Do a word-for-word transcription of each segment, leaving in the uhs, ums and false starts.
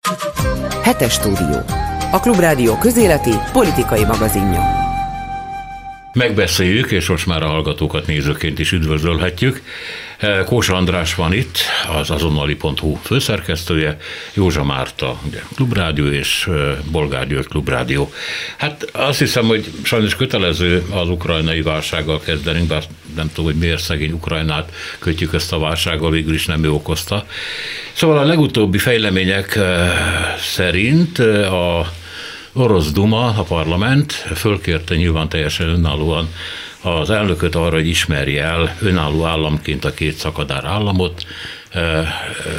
Hetes stúdió. A Klubrádió közéleti, politikai magazinja. Megbeszéljük, és most már a hallgatókat nézőként is üdvözölhetjük. Kósa András van itt, az azonnali pont hu főszerkesztője, Józsa Márta, ugye, Klubrádió, és Bolgár György, Klubrádió. Hát azt hiszem, hogy sajnos kötelező az ukrajnai válsággal kezdenünk, bár nem tudom, hogy miért szegény Ukrajnát kötjük ezt a válsággal, végül is nem ő okozta. Szóval a legutóbbi fejlemények szerint a Orosz Duma, a parlament fölkérte nyilván teljesen önállóan az elnököt arra, hogy ismerje el önálló államként a két szakadár államot e, e,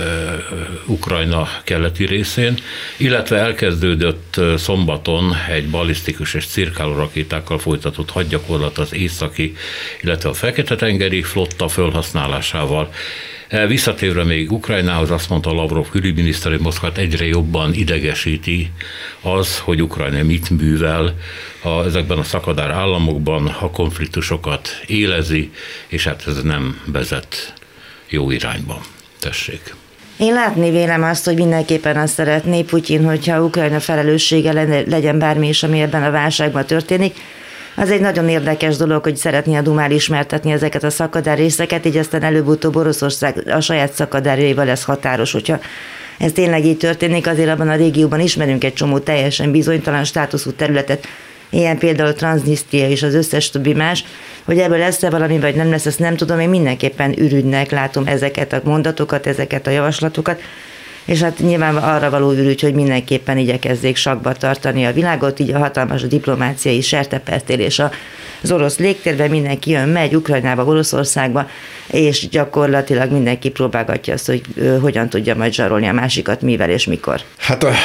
Ukrajna keleti részén, illetve elkezdődött szombaton egy ballisztikus és cirkáló rakétákkal folytatott hadgyakorlat az északi, illetve a Fekete-tengeri flotta felhasználásával. Visszatérve még Ukrajnához, azt mondta Lavrov külügyminiszter, hogy Moszkvát egyre jobban idegesíti az, hogy Ukrajna mit művel a, ezekben a szakadár államokban, a konfliktusokat élezi, és hát ez nem vezet jó irányba. Tessék. Én látni vélem azt, hogy mindenképpen azt szeretné Putyin, hogyha Ukrajna felelőssége legyen bármi is, ami ebben a válságban történik. Az egy nagyon érdekes dolog, hogy szeretné a Dumán ismertetni ezeket a szakadár részeket, így aztán előbb-utóbb Oroszország a saját szakadárjaival lesz határos. Hogyha ez tényleg így történik, azért abban a régióban ismerünk egy csomó teljesen bizonytalan státuszú területet, ilyen például Transznyisztria és az összes többi más, hogy ebből lesz-e valami, vagy nem lesz, ezt nem tudom, én mindenképpen ürügynek látom ezeket a mondatokat, ezeket a javaslatokat, és hát nyilván arra való ürügy, hogy mindenképpen igyekezzék sakba tartani a világot, így a hatalmas diplomáciai sertepertélés az orosz légtérben, mindenki jön, megy Ukrajnába, Oroszországba, és gyakorlatilag mindenki próbálgatja azt, hogy hogyan tudja majd zsarolni a másikat, mivel és mikor. Hát a,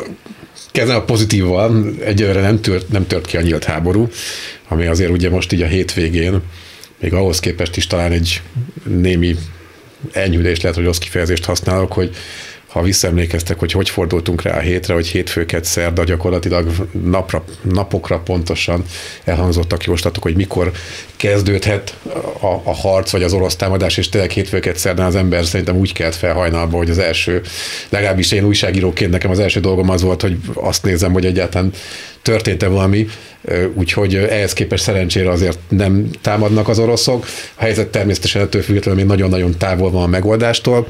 kezdem a pozitívval, egyelőre nem tört, nem tört ki a nyílt háború, ami azért ugye most így a hétvégén, még ahhoz képest is talán egy némi enyhülés, lehet, hogy rossz kifejezést használok, hogy ha visszaemlékeztek, hogy hogy fordultunk rá a hétre, hogy hétfőket szerda gyakorlatilag napra, napokra pontosan elhangzottak jóslatok, hogy mikor kezdődhet a, a harc, vagy az orosz támadás, és tényleg hétfőket szerdán az ember szerintem úgy kelt fel hajnalba, hogy az első, legalábbis én újságíróként nekem az első dolgom az volt, hogy azt nézem, hogy egyáltalán történt-e valami, úgyhogy ehhez képest szerencsére azért nem támadnak az oroszok. A helyzet természetesen ettől függetlenül még nagyon-nagyon távol van a megoldástól.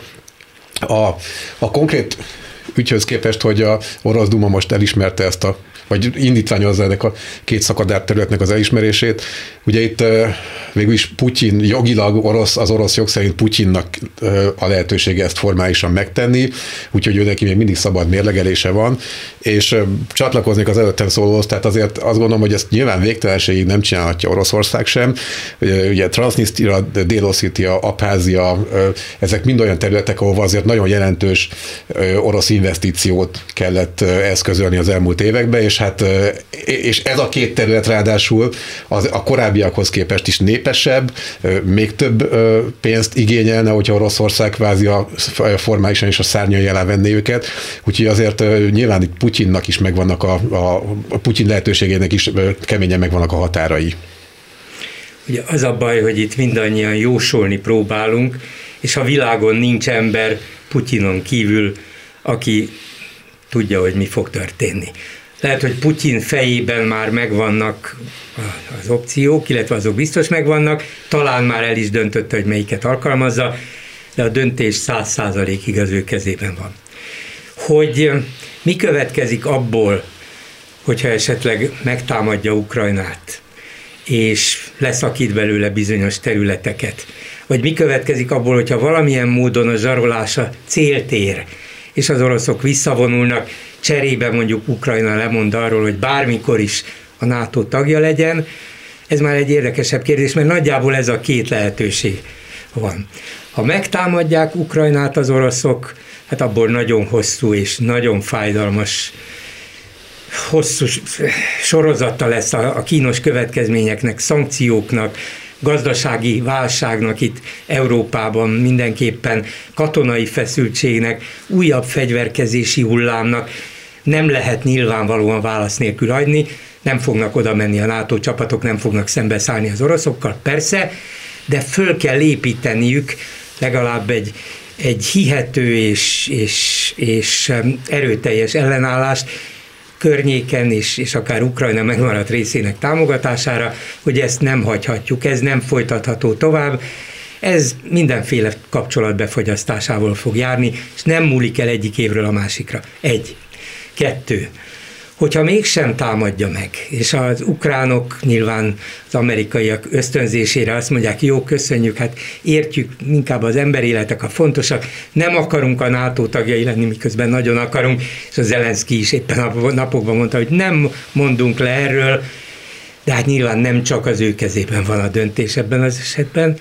A, a konkrét ügyhöz képest, hogy a Orosz Duma most elismerte ezt a, vagy indítványozza ennek a két szakadár területnek az elismerését. Ugye itt végül is Putyin jogilag, orosz, az orosz jog szerint Putyinnak a lehetősége ezt formálisan megtenni, úgyhogy ő neki még mindig szabad mérlegelése van, és csatlakoznék az előttem szólóhoz, tehát azért azt gondolom, hogy ezt nyilván végtelenségig nem csinálhatja Oroszország sem. Ugye Transznyisztria, Dél-Oszétia, Abházia, ezek mind olyan területek, ahol azért nagyon jelentős orosz investíciót kellett eszközölni az elmúlt években, és hát és ez a két terület ráadásul az, a korábbiakhoz képest is népesebb, még több pénzt igényelne, hogyha Oroszország kvázi a, formálisan is a szárnyai alá venné őket, úgyhogy azért nyilván itt Putyinnak is megvannak a, a, a Putyin lehetőségének is keményen megvannak a határai. Ugye az a baj, hogy itt mindannyian jósolni próbálunk, és a világon nincs ember Putyinon kívül, aki tudja, hogy mi fog történni. Lehet, hogy Putyin fejében már megvannak az opciók, illetve azok biztos megvannak, talán már el is döntötte, hogy melyiket alkalmazza, de a döntés száz százalékig az ő kezében van. Hogy mi következik abból, hogyha esetleg megtámadja Ukrajnát, és leszakít belőle bizonyos területeket, vagy mi következik abból, hogyha valamilyen módon a zsarolása célt ér, és az oroszok visszavonulnak, cserébe mondjuk Ukrajna lemond arról, hogy bármikor is a NATO tagja legyen. Ez már egy érdekesebb kérdés, mert nagyjából ez a két lehetőség van. Ha megtámadják Ukrajnát az oroszok, hát abból nagyon hosszú és nagyon fájdalmas, hosszú sorozata lesz a kínos következményeknek, szankcióknak, gazdasági válságnak itt Európában, mindenképpen katonai feszültségnek, újabb fegyverkezési hullámnak. Nem lehet nyilvánvalóan válasz nélkül hagyni, nem fognak oda menni a NATO csapatok, nem fognak szembeszállni az oroszokkal, persze, de föl kell építeniük legalább egy, egy hihető és, és, és erőteljes ellenállást környéken és, és akár Ukrajna megmaradt részének támogatására, hogy ezt nem hagyhatjuk, ez nem folytatható tovább. Ez mindenféle kapcsolat befagyasztásával fog járni, és nem múlik el egyik évről a másikra. Egy. Kettő. Hogyha mégsem támadja meg, és az ukránok nyilván az amerikaiak ösztönzésére azt mondják, jó, köszönjük, hát értjük, inkább az emberéletek a fontosak, nem akarunk a NATO tagjai lenni, miközben nagyon akarunk, és az Zelenszky is éppen a napokban mondta, hogy nem mondunk le erről, de hát nyilván nem csak az ő kezében van a döntés ebben az esetben.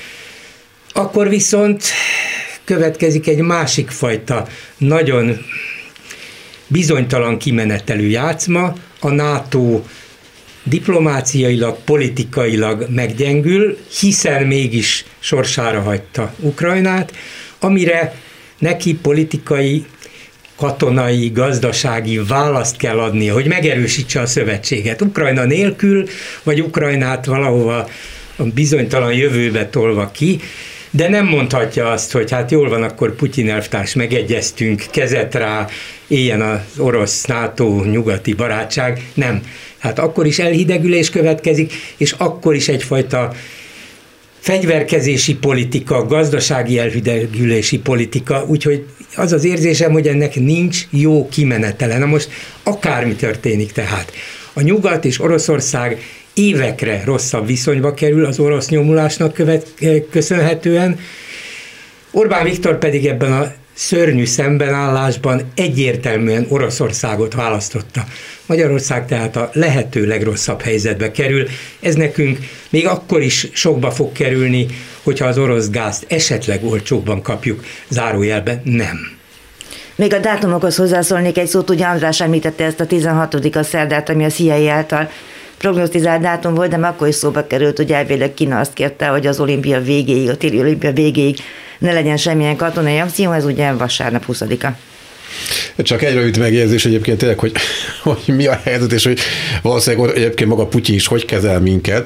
Akkor viszont következik egy másik fajta, nagyon bizonytalan kimenetelű játszma, a NATO diplomáciailag, politikailag meggyengül, hiszen mégis sorsára hagyta Ukrajnát, amire neki politikai, katonai, gazdasági választ kell adnia, hogy megerősítse a szövetséget. Ukrajna nélkül, vagy Ukrajnát valahova a bizonytalan jövőbe tolva ki, de nem mondhatja azt, hogy hát jól van, akkor Putyin elvtárs, megegyeztünk, kezet rá, éljen az orosz-NATO nyugati barátság. Nem. Hát akkor is elhidegülés következik, és akkor is egyfajta fegyverkezési politika, gazdasági elhidegülési politika, úgyhogy az az érzésem, hogy ennek nincs jó kimenetele. Na most akármi történik tehát. A Nyugat és Oroszország évekre rosszabb viszonyba kerül az orosz nyomulásnak követ, köszönhetően. Orbán Viktor pedig ebben a szörnyű szembenállásban egyértelműen Oroszországot választotta. Magyarország tehát a lehető legrosszabb helyzetbe kerül. Ez nekünk még akkor is sokba fog kerülni, hogyha az orosz gázt esetleg olcsóbban kapjuk. Zárójelben nem. Még a dátumokhoz hozzászólnék egy szót, ugye András említette ezt a tizenhatodika szerdát, ami a C I A által prognosztizált dátum volt, de már akkor is szóba került, hogy elvileg Kína azt kérte, hogy az olimpia végéig, a téli olimpia végéig ne legyen semmilyen katonai akció, ez ugye vasárnap huszadika. Csak egy rövid megjegyzés egyébként tényleg, hogy, hogy mi a helyzet, és hogy valószínűleg egyébként maga Putyin is hogy kezel minket.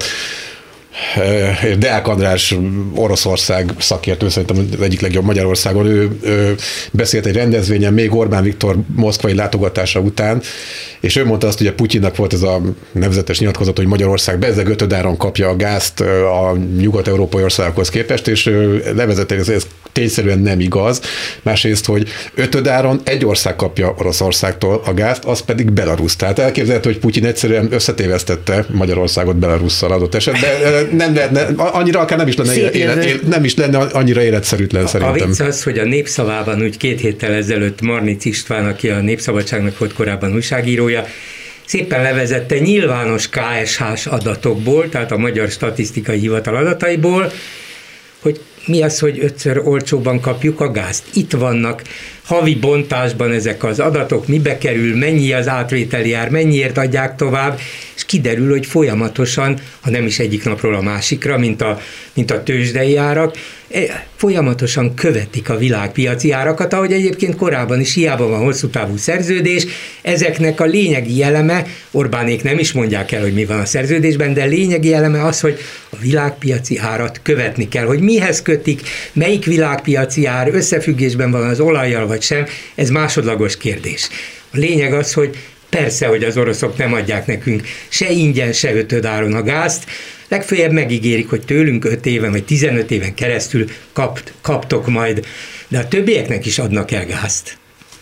Deák András, Oroszország szakértő, szerintem az egyik legjobb Magyarországon, ő, ő beszélt egy rendezvényen még Orbán Viktor moszkvai látogatása után, és ő mondta azt, hogy a Putyinnak volt ez a nevezetes nyilatkozat, hogy Magyarország bezzeg ötödáron kapja a gázt a nyugat-európai országokhoz képest, és levezette, hogy ez tényszerűen nem igaz. Másrészt, hogy ötödáron egy ország kapja Oroszországtól a gázt, az pedig Belarus. Tehát elképzelhető, hogy Putyin egyszerűen összetévesztette Magyarországot Belarusszal adott esetben. Nem lehetne, annyira akár nem is lenne, élet, nem is lenne annyira életszerűtlen a, szerintem. A vicc az, hogy a Népszavában úgy két héttel ezelőtt Marnic István, aki a Népszabadságnak volt korábban újságírója, szépen levezette nyilvános ká es hás adatokból, tehát a Magyar Statisztikai Hivatal adataiból, hogy mi az, hogy ötször olcsóban kapjuk a gázt. Itt vannak havi bontásban ezek az adatok, mibe kerül, mennyi az átvételi ár, mennyiért adják tovább, és kiderül, hogy folyamatosan, ha nem is egyik napról a másikra, mint a, mint a tőzsdei árak, folyamatosan követik a világpiaci árakat, ahogy egyébként korábban is, hiába van hosszú távú szerződés, ezeknek a lényegi eleme, Orbánék nem is mondják el, hogy mi van a szerződésben, de lényegi eleme az, hogy a világpiaci árat követni kell, hogy mihez kötik, melyik világpiaci ár összefüggésben van az olajjal vagy sem, ez másodlagos kérdés. A lényeg az, hogy persze, hogy az oroszok nem adják nekünk se ingyen, se ötödáron a gázt, legfeljebb megígérik, hogy tőlünk öt éven vagy tizenöt éven keresztül kapt, kaptok majd, de a többieknek is adnak el gázt.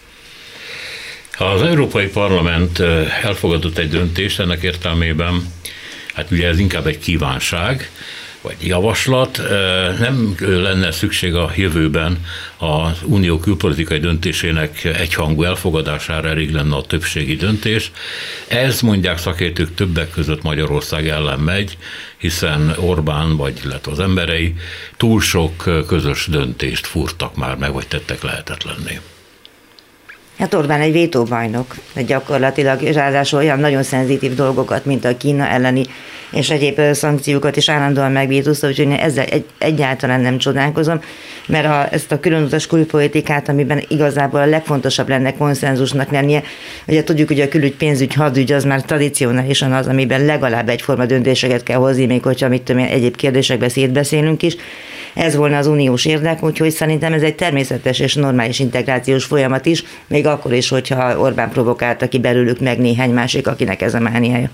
Az Európai Parlament elfogadott egy döntést ennek értelmében, hát ugye ez inkább egy kívánság, vagy javaslat, nem lenne szükség a jövőben az unió külpolitikai döntésének egyhangú elfogadására, elég lenne a többségi döntés. Ez, mondják szakértők, többek között Magyarország ellen megy, hiszen Orbán, vagy illetve az emberei túl sok közös döntést fúrtak már meg, vagy tettek lehetetlenné. Hát Orbán egy vétóbajnok, gyakorlatilag, és ráadásul olyan nagyon szenzitív dolgokat, mint a Kína elleni és egyéb szankciókat is állandóan megvétózta, úgyhogy én ezzel egy, egyáltalán nem csodálkozom, mert ha ezt a különutas külpolitikát, amiben igazából a legfontosabb lenne konszenzusnak lennie, ugye tudjuk, hogy a külügy, pénzügy, hadügy az már tradicionálisan az, amiben legalább egyforma döntéseket kell hozni, még hogyha mit tudom én, egyéb kérdésekben szétbeszélünk is. Ez volna az uniós érdek, úgyhogy szerintem ez egy természetes és normális integrációs folyamat is, még akkor is, hogyha Orbán provokálta ki belőlük meg néhány másik, akinek ez a mániája.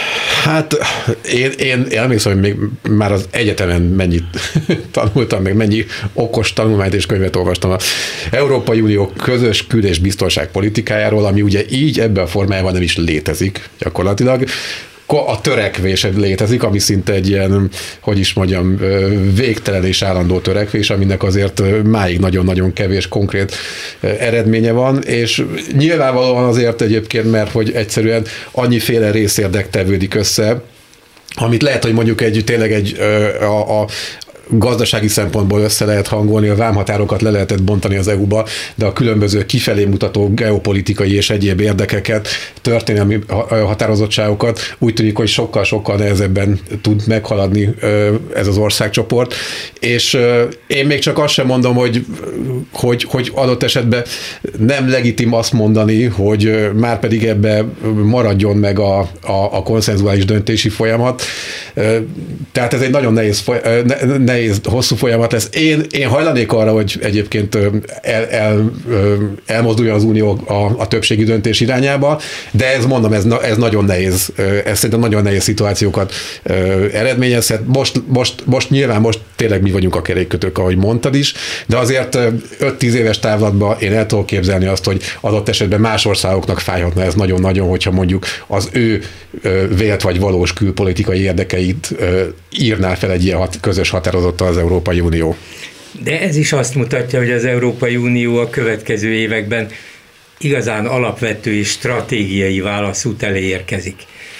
Hát én, én, én emlékszem, hogy még már az egyetemen mennyit tanultam, meg mennyi okos tanulmányt és könyvet olvastam az Európai Unió közös kül- és biztonságpolitikájáról, ami ugye így ebben a formájában nem is létezik gyakorlatilag. A törekvés létezik, ami szinte egy ilyen, hogy is mondjam, végtelen és állandó törekvés, aminek azért máig nagyon-nagyon kevés konkrét eredménye van, és nyilvánvalóan azért egyébként, mert hogy egyszerűen annyiféle részérdek tevődik össze, amit lehet, hogy mondjuk egy, tényleg egy a, a gazdasági szempontból össze lehet hangolni, a vámhatárokat le lehetett bontani az é u-ba, de a különböző kifelé mutató geopolitikai és egyéb érdekeket, történelmi határozottságokat úgy tűnik, hogy sokkal-sokkal nehezebben tud meghaladni ez az országcsoport, és én még csak azt sem mondom, hogy, hogy, hogy adott esetben nem legitim azt mondani, hogy már pedig ebbe maradjon meg a, a, a konszenzuális döntési folyamat. Tehát ez egy nagyon nehéz, nehéz hosszú folyamat lesz. Én, én hajlanék arra, hogy egyébként el, el, elmozduljon az Unió a, a többségi döntés irányába, de ez mondom, ez, ez nagyon nehéz, ez szerintem nagyon nehéz szituációkat eredményezhet. Most, most, most nyilván most tényleg mi vagyunk a kerékkötők, ahogy mondtad is, de azért öt-tíz éves távlatban én el tudom képzelni azt, hogy adott esetben más országoknak fájhatna ez nagyon-nagyon, hogyha mondjuk az ő vélt vagy valós külpolitikai érdekeit írná fel egy ilyen hat, közös határozattal az Európai Unió. De ez is azt mutatja, hogy az Európai Unió a következő években igazán alapvető és stratégiai válaszút elé érkezik.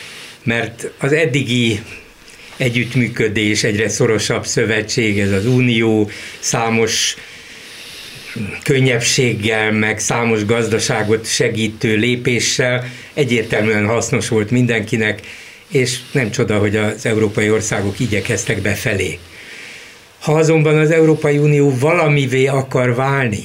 Mert az eddigi együttműködés, egyre szorosabb szövetség, ez az Unió számos könnyebbséggel, meg számos gazdaságot segítő lépéssel egyértelműen hasznos volt mindenkinek, és nem csoda, hogy az európai országok igyekeztek befelé. Ha azonban az Európai Unió valamivé akar válni,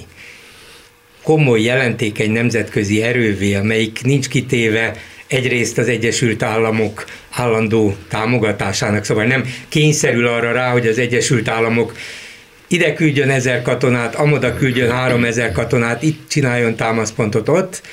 komoly, jelentékeny nemzetközi erővé, amelyik nincs kitéve egyrészt az Egyesült Államok állandó támogatásának, szóval nem kényszerül arra rá, hogy az Egyesült Államok ide küldjön ezer katonát, amoda küldjön három ezer katonát, itt csináljon támaszpontot ott,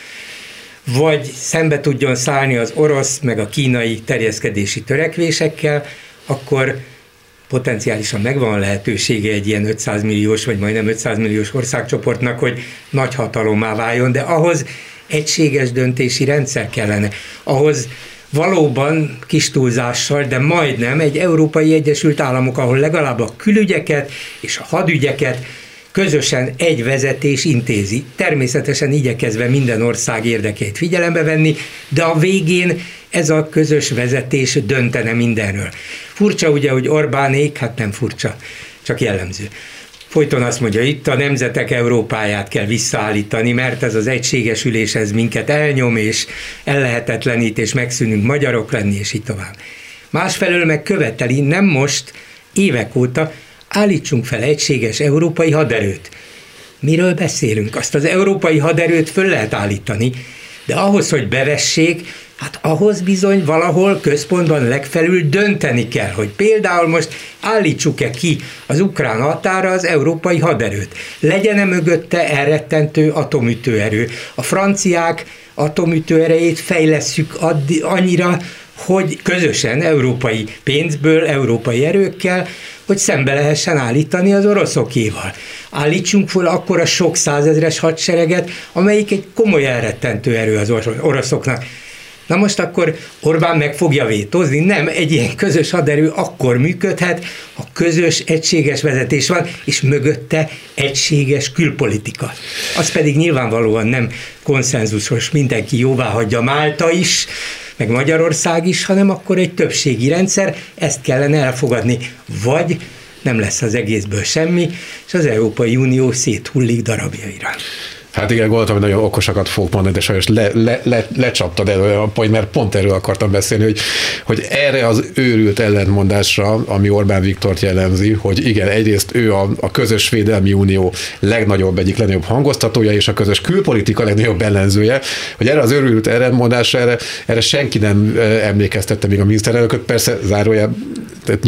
vagy szembe tudjon szállni az orosz, meg a kínai terjeszkedési törekvésekkel, akkor potenciálisan megvan a lehetősége egy ilyen ötszáz milliós, vagy majdnem ötszáz milliós országcsoportnak, hogy nagy hatalommá váljon, de ahhoz egységes döntési rendszer kellene. Ahhoz valóban kis túlzással, de majdnem egy Európai Egyesült Államok, ahol legalább a külügyeket és a hadügyeket közösen egy vezetés intézi. Természetesen igyekezve minden ország érdekét figyelembe venni, de a végén ez a közös vezetés döntene mindenről. Furcsa ugye, hogy Orbánék, hát nem furcsa, csak jellemző. Folyton azt mondja, itt a nemzetek Európáját kell visszaállítani, mert ez az egységesülés, ez minket elnyom, és ellehetetlenít, és megszűnünk magyarok lenni, és így tovább. Másfelől meg követeli, nem most, évek óta, állítsunk fel egységes európai haderőt. Miről beszélünk? Azt az európai haderőt föl lehet állítani, de ahhoz, hogy bevessék, hát ahhoz bizony valahol központban legfelül dönteni kell, hogy például most állítsuk-e ki az ukrán határa az európai haderőt. Legyen-e mögötte elrettentő atomütőerő. A franciák atomütőerejét fejlesszük addi, annyira, hogy közösen európai pénzből, európai erőkkel, hogy szembe lehessen állítani az oroszokéval. Állítsunk fel akkor a sok százezres hadsereget, amelyik egy komoly elrettentő erő az oroszoknak. Na most akkor Orbán meg fogja vétózni? Nem, egy ilyen közös haderő akkor működhet, ha közös, egységes vezetés van, és mögötte egységes külpolitika. Az pedig nyilvánvalóan nem konszenzusos, mindenki jóvá hagyja, Málta is, meg Magyarország is, hanem akkor egy többségi rendszer, ezt kellene elfogadni. Vagy nem lesz az egészből semmi, és az Európai Unió széthullik darabjaira. Hát igen, gondoltam, hogy nagyon okosakat fogok mondani, de sajnos le, le, le, lecsaptad elő a point, mert pont erről akartam beszélni, hogy, hogy erre az őrült ellentmondásra, ami Orbán Viktort jellemzi, hogy igen, egyrészt ő a, a közös védelmi unió legnagyobb, egyik legnagyobb hangoztatója, és a közös külpolitika legnagyobb ellenzője, hogy erre az őrült ellentmondásra, erre, erre senki nem emlékeztette még a miniszterelnököt, persze zárójel, tehát nyitok,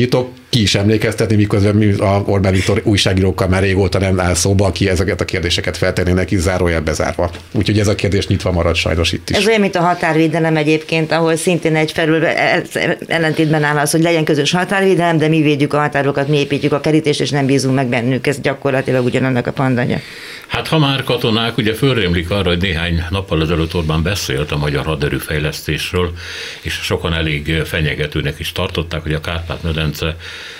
ki is emlékeztetni, miközben a Orbán Viktor újságírókkal már régóta nem áll szóba, aki ezeket a kérdéseket feltenné neki, zárójel bezárva. Úgyhogy ez a kérdés nyitva marad sajnos itt is. Ez olyan, mint a határvédelem egyébként, ahol szintén egy felül ellentétben áll az, hogy legyen közös határvédelem, de mi védjük a határokat, mi építjük a kerítést, és nem bízunk meg bennük. Ez gyakorlatilag ugyanannak a pandanya. Hát ha már katonák, ugye fölrémlik arra, hogy néhány nappal ezelőtt Orbán beszélt a magyar haderő fejlesztésről, és sokan elég fenyegetőnek is tartották, hogy a Kárpát-medence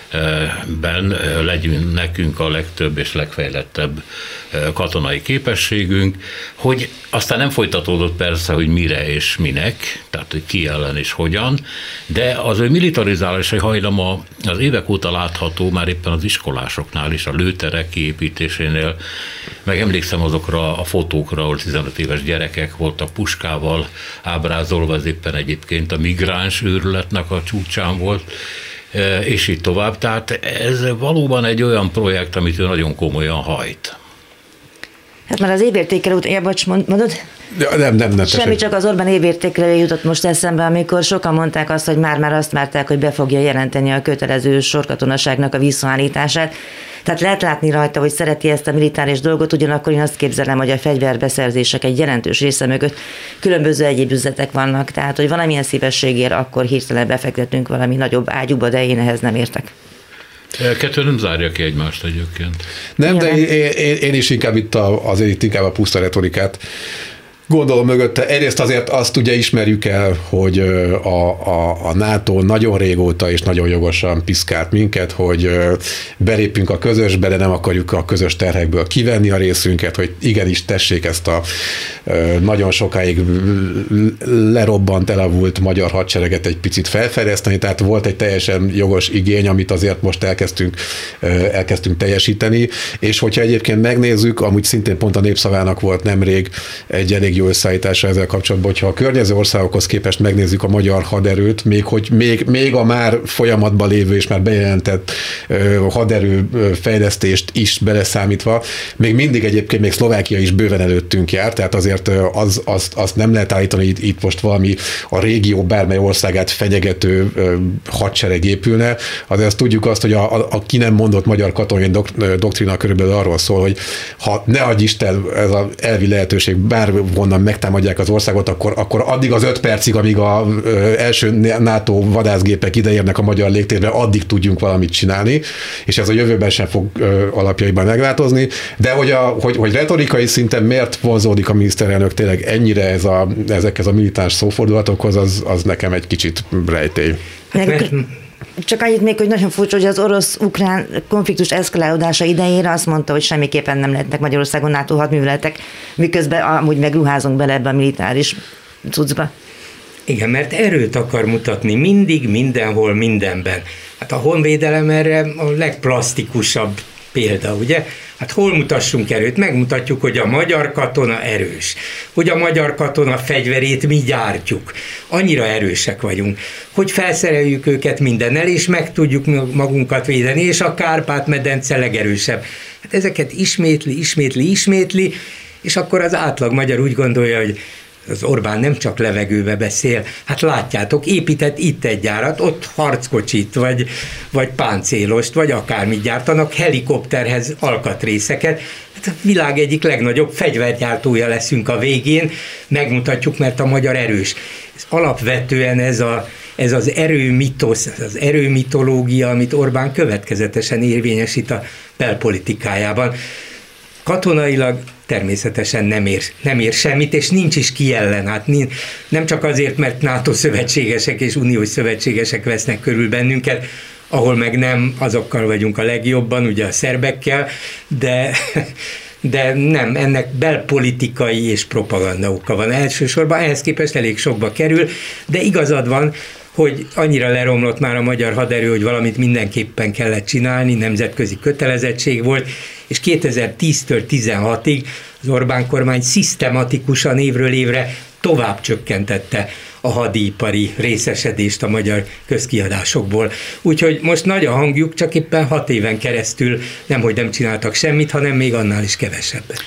ben legyünk nekünk a legtöbb és legfejlettebb katonai képességünk, hogy aztán nem folytatódott persze, hogy mire és minek, tehát hogy ki ellen és hogyan, de az ő militarizálási hajlama az évek óta látható már éppen az iskolásoknál is, a lőterek kiépítésénél, meg emlékszem azokra a fotókra, ahol tizenöt éves gyerekek voltak puskával ábrázolva, az éppen egyébként a migráns őrületnek a csúcsán volt, és így tovább. Tehát ez valóban egy olyan projekt, amit ő nagyon komolyan hajt. Hát már az évértékre ut- ja, bocs, mondod? Ja, nem, nem, nem. Semmi, csak az Orbán évértékre jutott most eszembe, amikor sokan mondták azt, hogy már-már azt várták, hogy be fogja jelenteni a kötelező sorkatonaságnak a visszaállítását. Tehát lehet látni rajta, hogy szereti ezt a militáris dolgot, ugyanakkor én azt képzelem, hogy a fegyverbeszerzések egy jelentős része mögött különböző egyéb üzletek vannak, tehát hogy valamilyen szívességért akkor hirtelen befektetünk valami nagyobb ágyúba, de én ehhez nem értek. Kettő nem zárja ki egymást egyébként. Nem, de én, én, én is inkább itt a, azért itt inkább a puszta retorikát gondolom mögötte. Egyrészt azért azt ugye ismerjük el, hogy a, a, a NATO nagyon régóta és nagyon jogosan piszkált minket, hogy belépünk a közösbe, de nem akarjuk a közös terhekből kivenni a részünket, hogy igenis tessék ezt a nagyon sokáig lerobbant, elavult magyar hadsereget egy picit felfejleszteni, tehát volt egy teljesen jogos igény, amit azért most elkezdtünk, elkezdtünk teljesíteni, és hogyha egyébként megnézzük, amúgy szintén pont a Népszavának volt nemrég egy elég jó összeállítása ezzel kapcsolatban, hogyha a környező országokhoz képest megnézzük a magyar haderőt, még, hogy még, még a már folyamatban lévő és már bejelentett uh, haderő uh, fejlesztést is beleszámítva, még mindig egyébként még Szlovákia is bőven előttünk jár, tehát azért uh, az, azt, azt nem lehet állítani, hogy itt, itt most valami a régió bármely országát fenyegető uh, hadsereg épülne, azért azt tudjuk azt, hogy a, a, a ki nem mondott magyar katonai dok, doktrina körülbelül arról szól, hogy ha ne adj Isten ez az elvi lehetőség bár onnan megtámadják az országot, akkor, akkor addig az öt percig, amíg az első NATO vadászgépek ideérnek a magyar légtérbe, addig tudjunk valamit csinálni, és ez a jövőben sem fog alapjaiban megváltozni, de hogy, a, hogy, hogy retorikai szinten miért vonzódik a miniszterelnök tényleg ennyire ez a, ezekhez a militáns szófordulatokhoz, az, az nekem egy kicsit rejtély. Csak annyit még, hogy nagyon furcsa, hogy az orosz-ukrán konfliktus eszkalálódása idejére azt mondta, hogy semmiképpen nem lehetnek Magyarországon NATO hadműveletek, miközben amúgy megruházunk bele ebbe a militáris cuccba. Igen, mert erőt akar mutatni mindig, mindenhol, mindenben. Hát a honvédelem erre a legplasztikusabb példa, ugye? Hát hol mutassunk erőt? Megmutatjuk, hogy a magyar katona erős, hogy a magyar katona fegyverét mi gyártjuk. Annyira erősek vagyunk, hogy felszereljük őket mindennel, és meg tudjuk magunkat védeni, és a Kárpát-medence legerősebb. Hát ezeket ismétli, ismétli, ismétli, és akkor az átlag magyar úgy gondolja, hogy az Orbán nem csak levegőbe beszél, hát látjátok, épített itt egy gyárat, ott harckocsit, vagy, vagy páncélost, vagy akármit gyártanak, helikopterhez alkatrészeket. Hát a világ egyik legnagyobb fegyvergyártója leszünk a végén, megmutatjuk, mert a magyar erős. Ez alapvetően ez, a, ez az erőmitosz, az erőmitológia, amit Orbán következetesen érvényesít a belpolitikájában. Katonailag természetesen nem ér, nem ér semmit, és nincs is ki ellen. Hát nem csak azért, mert NATO szövetségesek és uniós szövetségesek vesznek körül bennünket, ahol meg nem, azokkal vagyunk a legjobban, ugye a szerbekkel, de, de nem, ennek belpolitikai és propaganda oka van elsősorban, ehhez képest elég sokba kerül, de igazad van, hogy annyira leromlott már a magyar haderő, hogy valamit mindenképpen kellett csinálni, nemzetközi kötelezettség volt, és kétezer-tíztől tizenhatig az Orbán kormány szisztematikusan évről évre tovább csökkentette a hadipari részesedést a magyar közkiadásokból. Úgyhogy most nagy a hangjuk, csak éppen hat éven keresztül nemhogy nem csináltak semmit, hanem még annál is kevesebbet.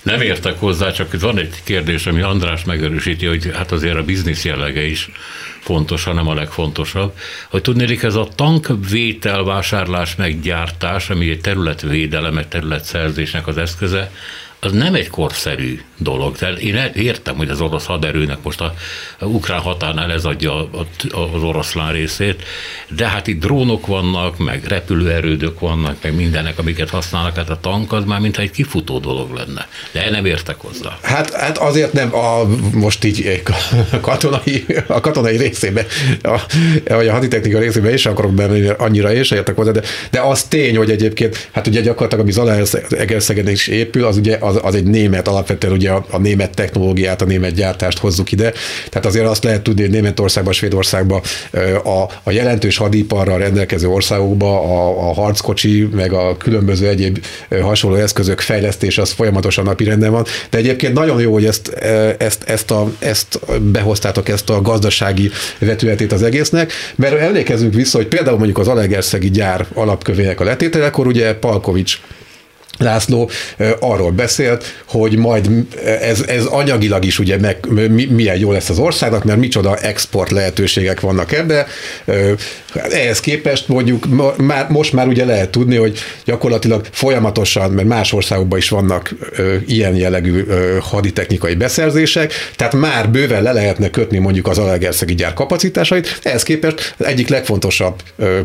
Nem értek hozzá, csak van egy kérdés, ami András megerősíti, hogy hát azért a biznisz jellege is fontos, hanem a legfontosabb, hogy tudnélik, ez a tankvétel, vásárlás, meggyártás, ami egy területvédelem, egy területszerzésnek az eszköze, az nem egy korszerű dolog. Tehát én értem, hogy az orosz haderőnek most a, a ukrán határnál ez adja a, a, az oroszlán részét, de hát itt drónok vannak, meg repülőerődök vannak, meg mindenek, amiket használnak, hát a tank az már mintha egy kifutó dolog lenne. De én nem értek hozzá. Hát, hát azért nem, a, most így a katonai, a katonai részébe, a, vagy a haditechnika részébe is akarok benni annyira, és értek hozzá, de, de az tény, hogy egyébként, hát ugye gyakorlatilag, ami Zalaegerszegen is épül, az ugye az, az egy német, alapvetően ugye a, a német technológiát, a német gyártást hozzuk ide. Tehát azért azt lehet tudni, hogy Németországban, Svédországban a, a jelentős hadiparral rendelkező országokban a, a harckocsi, meg a különböző egyéb hasonló eszközök fejlesztése az folyamatosan napirenden van. De egyébként nagyon jó, hogy ezt, ezt, ezt, a, ezt behoztátok, ezt a gazdasági vetületét az egésznek, mert emlékezzünk vissza, hogy például mondjuk az zalaegerszegi gyár alapkövének a letételekor ugye Palkovics László arról beszélt, hogy majd ez, ez anyagilag is ugye meg, milyen jó lesz az országnak, mert micsoda export lehetőségek vannak ebbe. Ehhez képest mondjuk már, most már ugye lehet tudni, hogy gyakorlatilag folyamatosan, mert más országokban is vannak ilyen jellegű haditechnikai beszerzések, tehát már bőven le lehetne kötni mondjuk az zalaegerszegi gyár kapacitásait. Ehhez képest egyik legfontosabb,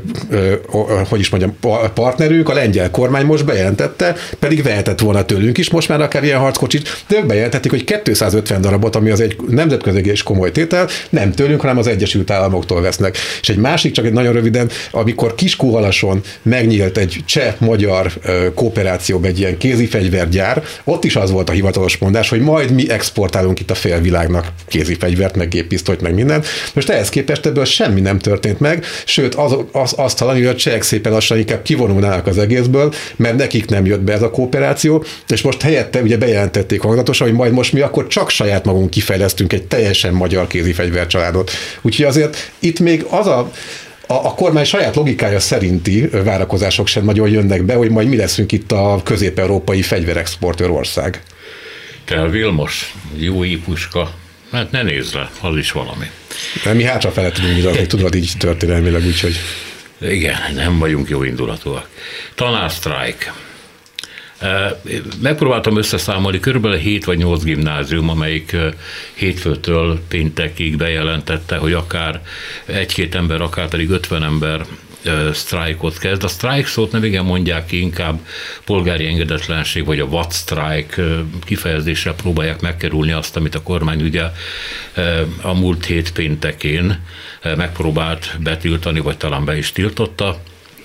hogy is mondjam, partnerünk, a lengyel kormány most bejelentette, pedig vehetett volna tőlünk is most már akár ilyen harckocsit, de ők bejelentették, hogy kétszázötven darabot, ami az egy nemzetközi és komoly tétel, nem tőlünk, hanem az Egyesült Államoktól vesznek. És egy másik, csak egy nagyon röviden, amikor Kiskunhalason megnyílt egy cseh-magyar kooperációban egy ilyen kézifegyvergyár, ott is az volt a hivatalos mondás, hogy majd mi exportálunk itt a félvilágnak kézifegyvert, meg géppisztolyt, meg minden. Most ehhez képest ebből semmi nem történt meg, sőt az, az, azt hallani, hogy a csehek szépen lassan inkább kivonulnának az egészből, mert nekik nem jött be ez a kooperáció, és most helyette ugye bejelentették hangzatosan, hogy majd most mi akkor csak saját magunk kifejlesztünk egy teljesen magyar kézifegyvercsaládot. Úgyhogy azért itt még az a A, a kormány saját logikája szerinti várakozások sem nagyon jönnek be, hogy majd mi leszünk itt a közép-európai fegyverexportőr ország. Te Vilmos, jó ípuska, hát ne nézd le, az is valami. De mi hátrafele tudunk nyilatni, tudod így történelmileg, úgyhogy... Igen, nem vagyunk jó indulatúak. Tanársztrájk. Megpróbáltam összeszámolni, körülbelül hét vagy nyolc gimnázium, amelyik hétfőtől péntekig bejelentette, hogy akár egy-két ember, akár pedig ötven ember sztrájkot kezd. A sztrájk szót nem igen mondják ki, inkább polgári engedetlenség, vagy a vadsztrájk kifejezésre próbálják megkerülni azt, amit a kormány ugye a múlt hét péntekén megpróbált betiltani, vagy talán be is tiltotta.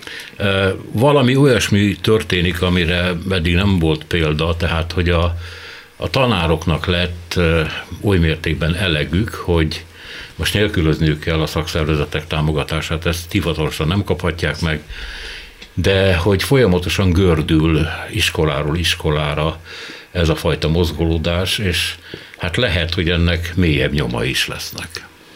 Valami olyasmi történik, amire eddig nem volt példa, tehát hogy a, a tanároknak lett oly mértékben elegük, hogy most nélkülözniük kell a szakszervezetek támogatását, ezt hivatalosan nem kaphatják meg, de hogy folyamatosan gördül iskoláról iskolára ez a fajta mozgolódás, és hát lehet, hogy ennek mélyebb nyoma is lesznek.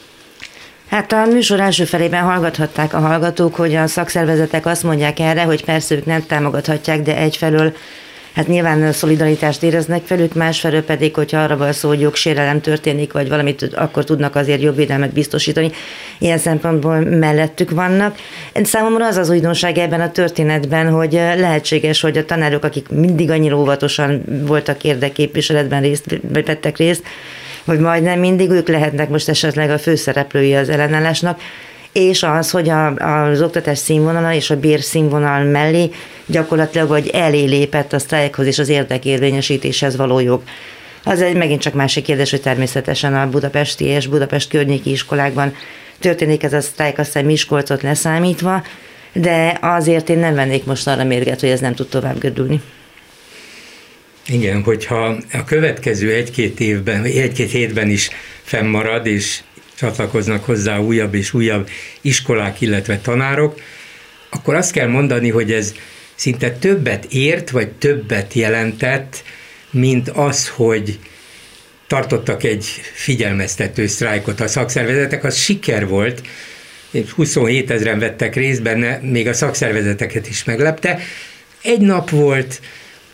Hát a műsor első felében hallgathatták a hallgatók, hogy a szakszervezetek azt mondják erre, hogy persze ők nem támogathatják, de egyfelől hát nyilván szolidaritást éreznek velük, másfelől pedig, hogyha arra van szó, hogy jogsérelem történik, vagy valamit, akkor tudnak azért jogvédelmet biztosítani. Ilyen szempontból mellettük vannak. Számomra az az újdonság ebben a történetben, hogy lehetséges, hogy a tanárok, akik mindig annyira óvatosan voltak érdekképviseletben részt, vettek részt, hogy majdnem mindig ők lehetnek most esetleg a főszereplői az ellenállásnak, és az, hogy a, az oktatás színvonala és a bér színvonal mellé gyakorlatilag vagy elé lépett a sztrájkhoz és az érdekérvényesítéshez való jog. Az egy megint csak másik kérdés, hogy természetesen a budapesti és Budapest környéki iskolákban történik ez a sztrájk, aztán Miskolcot leszámítva, de azért én nem vennék most arra mérget, hogy ez nem tud tovább gördülni. Igen, hogyha a következő egy-két évben, egy-két hétben is fennmarad, és csatlakoznak hozzá újabb és újabb iskolák, illetve tanárok, akkor azt kell mondani, hogy ez szinte többet ért, vagy többet jelentett, mint az, hogy tartottak egy figyelmeztető sztrájkot a szakszervezetek, az siker volt, huszonhét ezren vettek részt benne, még a szakszervezeteket is meglepte. Egy nap volt,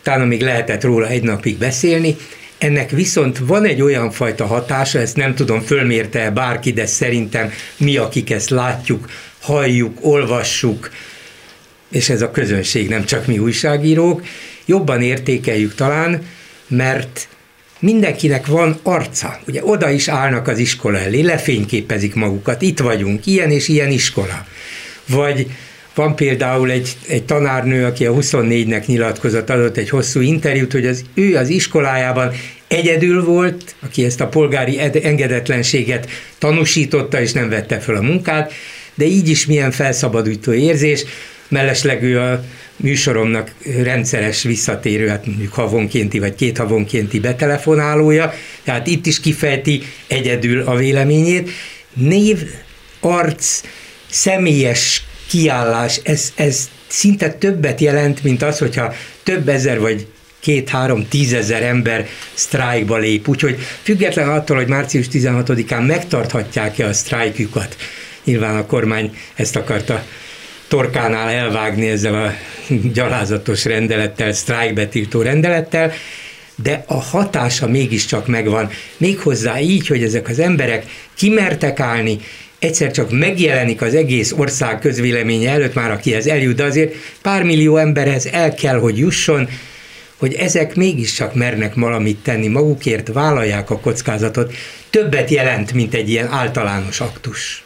utána még lehetett róla egy napig beszélni. Ennek viszont van egy olyan fajta hatása, ezt nem tudom, fölmérte bárki, de szerintem mi, akik ezt látjuk, halljuk, olvassuk, és ez a közönség, nem csak mi újságírók, jobban értékeljük talán, mert mindenkinek van arca. Ugye oda is állnak az iskola elé, lefényképezik magukat, itt vagyunk, ilyen és ilyen iskola. Vagy van például egy, egy tanárnő, aki a huszonnégynek nyilatkozott, adott egy hosszú interjút, hogy az, ő az iskolájában egyedül volt, aki ezt a polgári engedetlenséget tanúsította, és nem vette föl a munkát, de így is milyen felszabadító érzés, mellesleg ő a műsoromnak rendszeres visszatérő, hát mondjuk havonkénti vagy két havonkénti betelefonálója, tehát itt is kifejti egyedül a véleményét. Név, arc, személyes kiállás, ez, ez szinte többet jelent, mint az, hogyha több ezer vagy két-három tízezer ember sztrájkba lép. Úgyhogy független attól, hogy március tizenhatodikán megtarthatják-e a sztrájkjukat, nyilván a kormány ezt akarta torkánál elvágni ezzel a gyalázatos rendelettel, sztrájkbetiltó rendelettel, de a hatása mégiscsak megvan. Méghozzá így, hogy ezek az emberek kimertek állni, egyszer csak megjelenik az egész ország közvéleménye előtt, már akihez eljut, de azért pár millió emberhez el kell, hogy jusson, hogy ezek mégiscsak mernek valamit tenni magukért, vállalják a kockázatot. Többet jelent, mint egy ilyen általános aktus.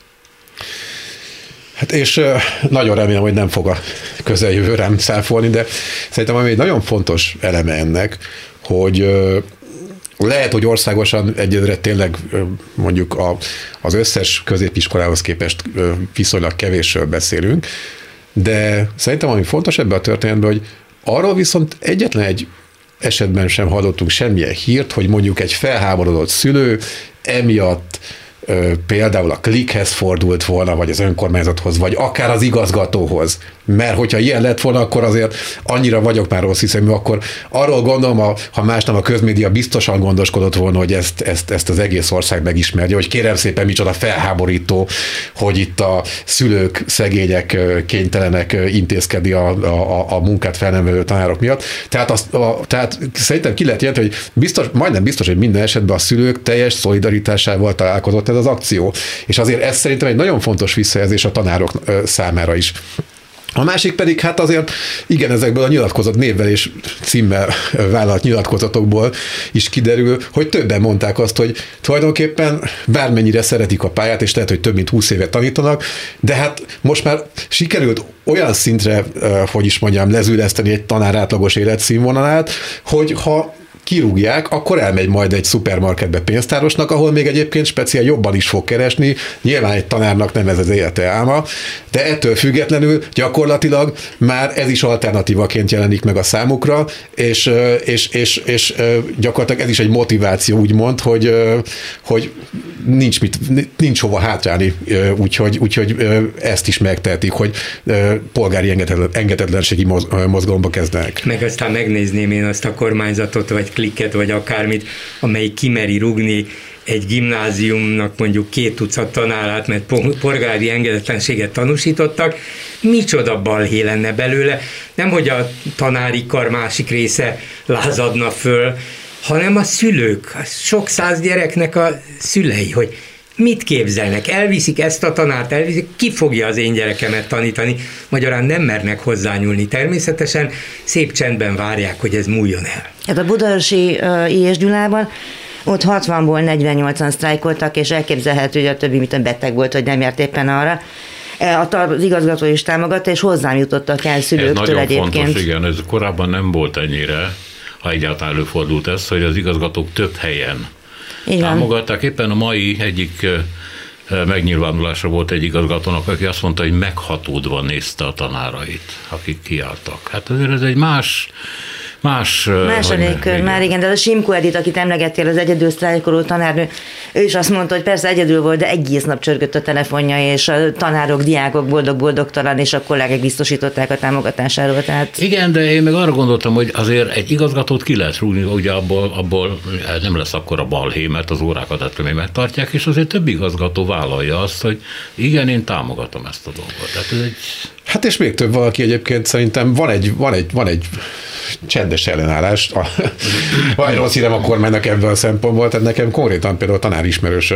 Hát és nagyon remélem, hogy nem fog a közeljövő rám száfolni, de szerintem ami egy nagyon fontos eleme ennek, hogy lehet, hogy országosan egyelőre tényleg mondjuk a, az összes középiskolához képest viszonylag kevésről beszélünk, de szerintem ami fontos ebben a történetben, hogy arról viszont egyetlen egy esetben sem hallottunk semmilyen hírt, hogy mondjuk egy felháborodott szülő emiatt például a Klikhez fordult volna, vagy az önkormányzathoz, vagy akár az igazgatóhoz. Mert hogyha ilyen lett volna, akkor azért annyira vagyok már rossz hiszemű, akkor arról gondolom, ha más nem a közmédia biztosan gondoskodott volna, hogy ezt, ezt, ezt az egész ország megismerje, hogy kérem szépen micsoda felháborító, hogy itt a szülők, szegények kénytelenek intézkedni a, a, a munkát felnevelő tanárok miatt. Tehát, azt, a, tehát szerintem ki lehet jelenteni, hogy biztos, majdnem biztos, hogy minden esetben a szülők teljes szolidaritásával találkozott ez az akció. És azért ez szerintem egy nagyon fontos visszajelzés a tanárok számára is. A másik pedig, hát azért igen, ezekből a nyilatkozott névvel és címmel vállalt nyilatkozatokból is kiderül, hogy többen mondták azt, hogy tulajdonképpen bármennyire szeretik a pályát, és lehet, hogy több mint húsz évet tanítanak, de hát most már sikerült olyan szintre, hogy is mondjam, lezüleszteni egy tanár átlagos életszínvonalát, hogy ha kirúgják, akkor elmegy majd egy szupermarketbe pénztárosnak, ahol még egyébként speciál jobban is fog keresni. Nyilván egy tanárnak nem ez az élete álma, de ettől függetlenül gyakorlatilag már ez is alternatívaként jelenik meg a számukra, és, és, és, és gyakorlatilag ez is egy motiváció, úgymond, hogy, hogy nincs, mit, nincs hova hátrálni, úgyhogy, úgyhogy ezt is megtehetik, hogy polgári engedetlenségi mozgalomba kezdenek. Meg aztán megnézném én azt a kormányzatot, vagy Klikket, vagy akármit, amelyik kimeri rúgni egy gimnáziumnak mondjuk két tucat tanárát, mert polgári engedetlenséget tanúsítottak, micsoda balhé lenne belőle. Nem, hogy a tanári kar másik része lázadna föl, hanem a szülők, a sok száz gyereknek a szülei, hogy mit képzelnek? Elviszik ezt a tanárt, elviszik, ki fogja az én gyerekemet tanítani? Magyarán nem mernek hozzányúlni. Természetesen szép csendben várják, hogy ez múljon el. Hát a budaörsi uh, I és Gyulában ott hatvanból negyvennyolcan sztrájkoltak, és elképzelhető, hogy a többi mint beteg volt, hogy nem járt éppen arra. Az igazgató is támogatta, és hozzám jutottak el szülőktől ez egyébként. Nagyon fontos, igen, ez korábban nem volt ennyire, ha egyáltalán előfordult ez, hogy az igazgatók több helyen így támogatták. Van. Éppen a mai egyik megnyilvánulásra volt egy igazgatónak, aki azt mondta, hogy meghatódva nézte a tanárait, akik kiálltak. Hát azért ez egy más Más, Más a légkör, már igen, de az a Simko Edith, akit emlegettél, az egyedül sztrájkoló tanárnő, ő is azt mondta, hogy persze egyedül volt, de egész nap csörgött a telefonja, és a tanárok, diákok boldog-boldogtalan, és a kollégák biztosították a támogatásáról. Tehát... Igen, de én meg arra gondoltam, hogy azért egy igazgatót ki lehet rúgni, ugye abból, abból nem lesz akkor a balhé, mert az órákat ettől még megtartják, és azért több igazgató vállalja azt, hogy igen, én támogatom ezt a dolgot. Tehát ez egy... Hát és még több valaki egyébként szerintem van egy, van egy, van egy csendes ellenállás. Vagy rossz hírem a kormánynak ebből a szempontból, tehát nekem konkrétan például tanárismerősöm,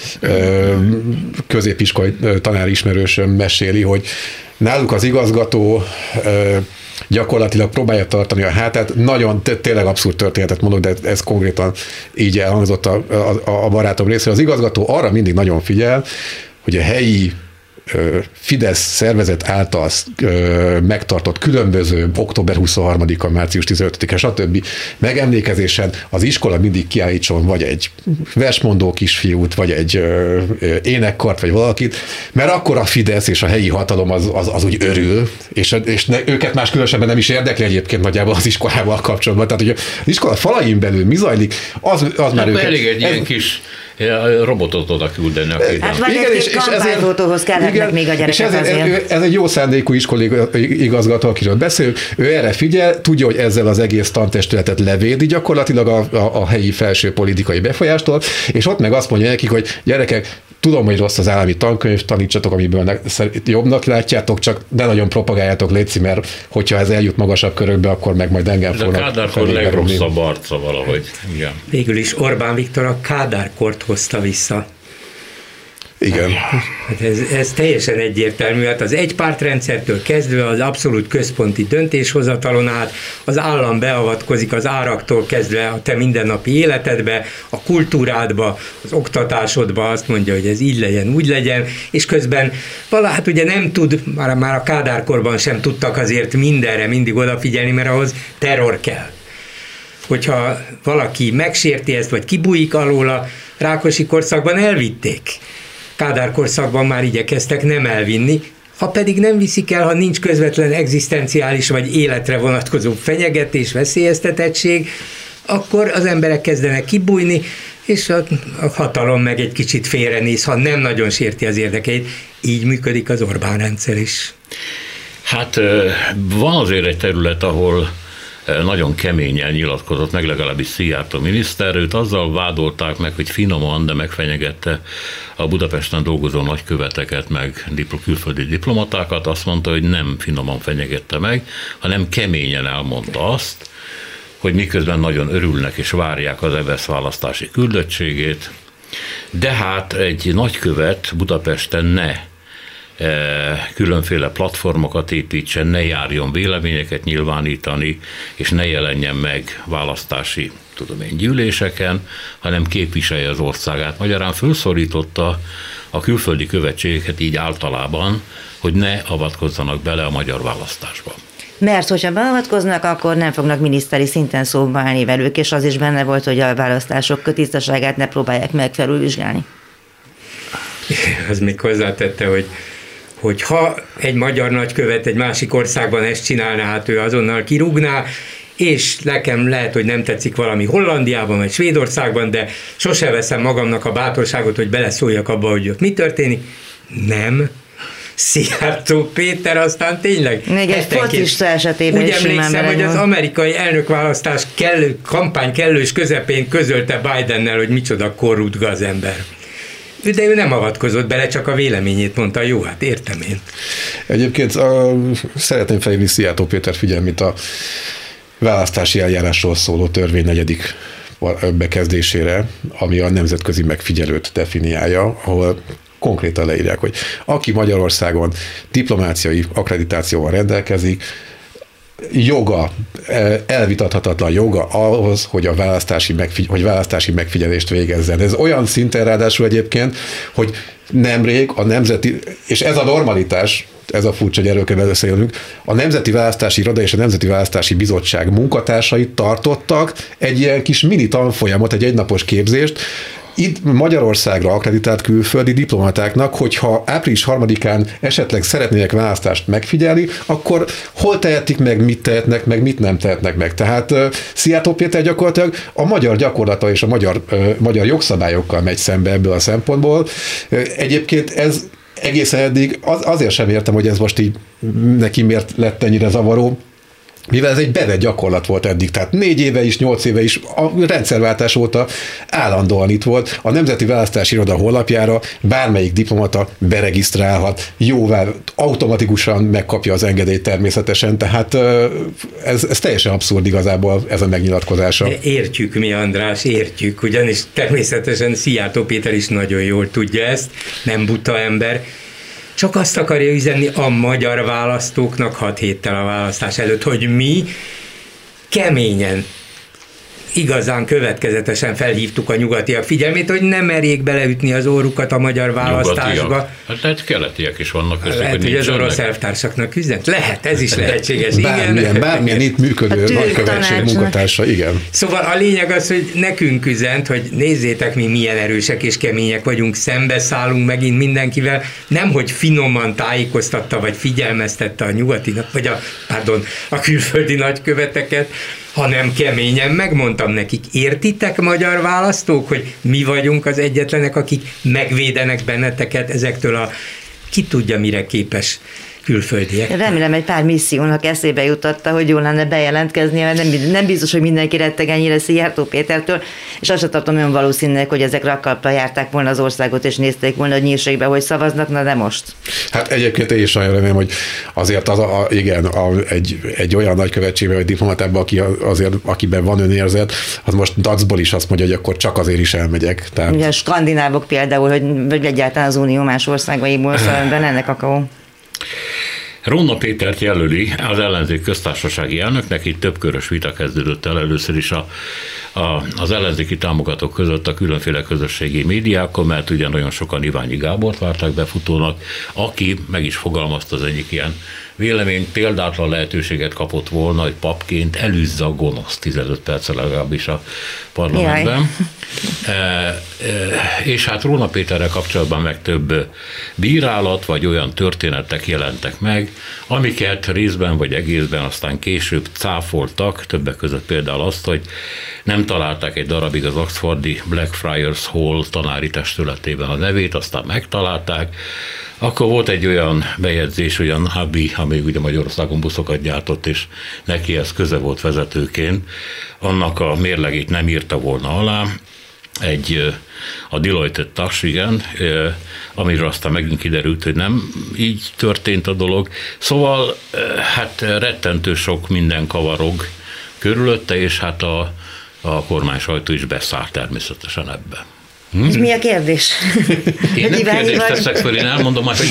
középiskolai tanárismerősöm meséli, hogy náluk az igazgató gyakorlatilag próbálja tartani a hátát. Nagyon tényleg abszurd történetet mondok, de ez konkrétan így elhangzott a, a, a barátom részéről. Az igazgató arra mindig nagyon figyel, hogy a helyi Fidesz szervezet által megtartott különböző október huszonharmadika, március tizenötödike, stb. Megemlékezésen az iskola mindig kiállítson vagy egy versmondó kisfiút, vagy egy énekkart, vagy valakit, mert akkor a Fidesz és a helyi hatalom az, az, az úgy örül, és, és ne, őket más különösebben nem is érdekli egyébként nagyjából az iskolával kapcsolatban. Tehát, hogy az iskola falain belül mi zajlik, az, az már őket... Elég egy ez, ilyen kis robotot oda küldeni. Hát vagy igen, egy kampányfotóhoz kellene még a gyerekek és ez, ez egy jó szándékú iskolai igazgató, akiről beszélünk, ő erre figyel, tudja, hogy ezzel az egész tantestületet levédi gyakorlatilag a, a, a helyi felső politikai befolyástól, és ott meg azt mondja nekik, hogy gyerekek, tudom, hogy rossz az állami tankönyv, tanítsatok, amiből ne, jobbnak látjátok, csak ne nagyon propagáljátok, létszi, mert hogyha ez eljut magasabb körökbe, akkor meg majd engem fognak. De a Kádárkor legrosszabb arca valahogy. Igen. Végül is Orbán Viktor a Kádárkort hozta vissza. Igen. Hát ez, ez teljesen egyértelmű. Hát az egypártrendszertől kezdve az abszolút központi döntéshozatalon át az állam beavatkozik az áraktól kezdve a te mindennapi életedbe, a kultúrádba, az oktatásodba, azt mondja, hogy ez így legyen, úgy legyen, és közben valahogy hát ugye nem tud, már, már a Kádárkorban sem tudtak azért mindenre mindig odafigyelni, mert ahhoz terror kell. Hogyha valaki megsérti ezt, vagy kibújik alóla, Rákosi korszakban elvitték. Kádár korszakban már igyekeztek nem elvinni, ha pedig nem viszik el, ha nincs közvetlen egzisztenciális vagy életre vonatkozó fenyegetés, veszélyeztetettség, akkor az emberek kezdenek kibújni, és a, a hatalom meg egy kicsit félrenéz, ha nem nagyon sérti az érdekeit. Így működik az Orbán rendszer is. Hát van azért egy terület, ahol nagyon keményen nyilatkozott meg, legalábbis Szijjártó miniszter, őt azzal vádolták meg, hogy finoman, de megfenyegette a Budapesten dolgozó nagyköveteket, meg külföldi diplomatákat, azt mondta, hogy nem finoman fenyegette meg, hanem keményen elmondta azt, hogy miközben nagyon örülnek és várják az EBESZ választási küldöttségét, de hát egy nagykövet Budapesten ne különféle platformokat építsen, ne járjon véleményeket nyilvánítani, és ne jelenjen meg választási, tudom én, gyűléseken, hanem képviselje az országát. Magyarán fölszorította a külföldi követségeket így általában, hogy ne avatkozzanak bele a magyar választásba. Mert hogyha beavatkoznak, akkor nem fognak miniszteri szinten szóba állni velük, és az is benne volt, hogy a választások tisztaságát ne próbálják meg felülvizsgálni. Az még hozzátette, hogy hogy ha egy magyar nagykövet egy másik országban ezt csinálná, hát ő azonnal kirúgná, és nekem lehet, hogy nem tetszik valami Hollandiában, vagy Svédországban, de sose veszem magamnak a bátorságot, hogy beleszóljak abba, hogy ott mi történik. Nem. Szijjártó Péter aztán tényleg még egy focista esetében úgy is emlékszem, hogy az amerikai elnökválasztás kellő, kampány kellős közepén közölte Bidennel, hogy micsoda korrupt gazember. De ő nem avatkozott bele, csak a véleményét mondta, jó, hát értem én. Egyébként a, szeretném felhívni Szijjártó Péter figyelmét a választási eljárásról szóló törvény negyedik bekezdésére, ami a nemzetközi megfigyelőt definiálja, ahol konkrétan leírják, hogy aki Magyarországon diplomáciai akkreditációval rendelkezik, joga, elvitathatatlan joga ahhoz, hogy a választási, megfigy- hogy választási megfigyelést végezzen. Ez olyan szinten ráadásul egyébként, hogy nemrég a nemzeti, és ez a normalitás, ez a furcsa, hogy erről kell beszélnünk, a Nemzeti Választási Iroda és a Nemzeti Választási Bizottság munkatársai tartottak egy ilyen kis mini tanfolyamot, egy egynapos képzést, itt Magyarországra akkreditált külföldi diplomatáknak, hogyha április harmadikán esetleg szeretnének választást megfigyelni, akkor hol tehetik meg, mit tehetnek meg, mit nem tehetnek meg. Tehát uh, Szijjártó Péter gyakorlatilag a magyar gyakorlata és a magyar, uh, magyar jogszabályokkal megy szembe ebből a szempontból. Uh, egyébként ez egészen eddig az, azért sem értem, hogy ez most így neki miért lett ennyire zavaró, mivel ez egy bevett gyakorlat volt eddig, tehát négy éve is, nyolc éve is, a rendszerváltás óta állandóan itt volt. A Nemzeti Választási Iroda honlapjára bármelyik diplomata beregisztrálhat, jóvá, automatikusan megkapja az engedélyt természetesen, tehát ez, ez teljesen abszurd igazából ez a megnyilatkozása. Értjük mi, András, értjük, ugyanis természetesen Szijjártó Péter is nagyon jól tudja ezt, nem buta ember, csak azt akarja üzenni a magyar választóknak hat héttel a választás előtt, hogy mi keményen, igazán következetesen felhívtuk a nyugatiak figyelmét, hogy nem merjék beleütni az órukat a magyar választásba. Nyugatiak. Hát lehet keletiek is vannak közük, lehet, hogy, hogy az orosz elvtársaknak üzent. Lehet, ez is lehetséges. Bármilyen, igen. bármilyen itt működő nagykövetség munkatársa, igen. Szóval a lényeg az, hogy nekünk üzent, hogy nézzétek, mi milyen erősek és kemények vagyunk, szembeszállunk megint mindenkivel, nem hogy finoman tájékoztatta vagy figyelmeztette a nyugati, vagy a, pardon, a külföldi nagyköveteket, hanem keményen megmondtam nekik, értitek, magyar választók, hogy mi vagyunk az egyetlenek, akik megvédenek benneteket ezektől a ki tudja mire képes külföldiek. Remélem, egy pár missziónak eszébe jutotta, hogy jól lenne bejelentkezni, mert nem, nem biztos, hogy mindenki retteg ennyire Szijjártó Pétertől, és azt sem tartom olyan valószínűleg, hogy ezekre a kalapra járták volna az országot, és nézték volna a nyírségbe, hogy szavaznak, na de most. Hát egyébként én is nagyon remélem, hogy azért az a, igen, a, egy, egy olyan nagykövetségben, vagy diplomatában, aki azért, akiben van önérzet, az most dacból is azt mondja, hogy akkor csak azért is elmegyek. Tehát... Ugye a skandinávok például, hogy, vagy egyáltalán az Unió más országaiból, szóval benne kakaó. Róna Pétert jelöli az ellenzék köztársasági elnöknek, itt több körös vita kezdődött el először is a, a, az ellenzéki támogatók között a különféle közösségi médiákon, mert ugye nagyon sokan Iványi Gábort várták befutónak, aki meg is fogalmazta az egyik ilyen vélemény, példátlan lehetőséget kapott volna, hogy papként elűzze a gonosz tizenöt perccel legalábbis a parlamentben. E, e, és hát Róna Péterrel kapcsolatban meg több bírálat, vagy olyan történetek jelentek meg, amiket részben vagy egészben aztán később cáfoltak, többek között például azt, hogy nem találták egy darabig az oxfordi Blackfriars Hall tanári testületében a nevét, aztán megtalálták. Akkor volt egy olyan bejegyzés, olyan Habi, amíg ugye Magyarországon buszokat gyártott, és neki ez köze volt vezetőként, annak a mérlegét nem írta volna alá, egy a Deloitte tax, igen, amiről aztán megint kiderült, hogy nem így történt a dolog. Szóval hát rettentő sok minden kavarog körülötte, és hát a, a kormány sajtó is beszáll természetesen ebbe. Hm? És mi a kérdés? Én nem kérdést teszek föl, én elmondom, hogy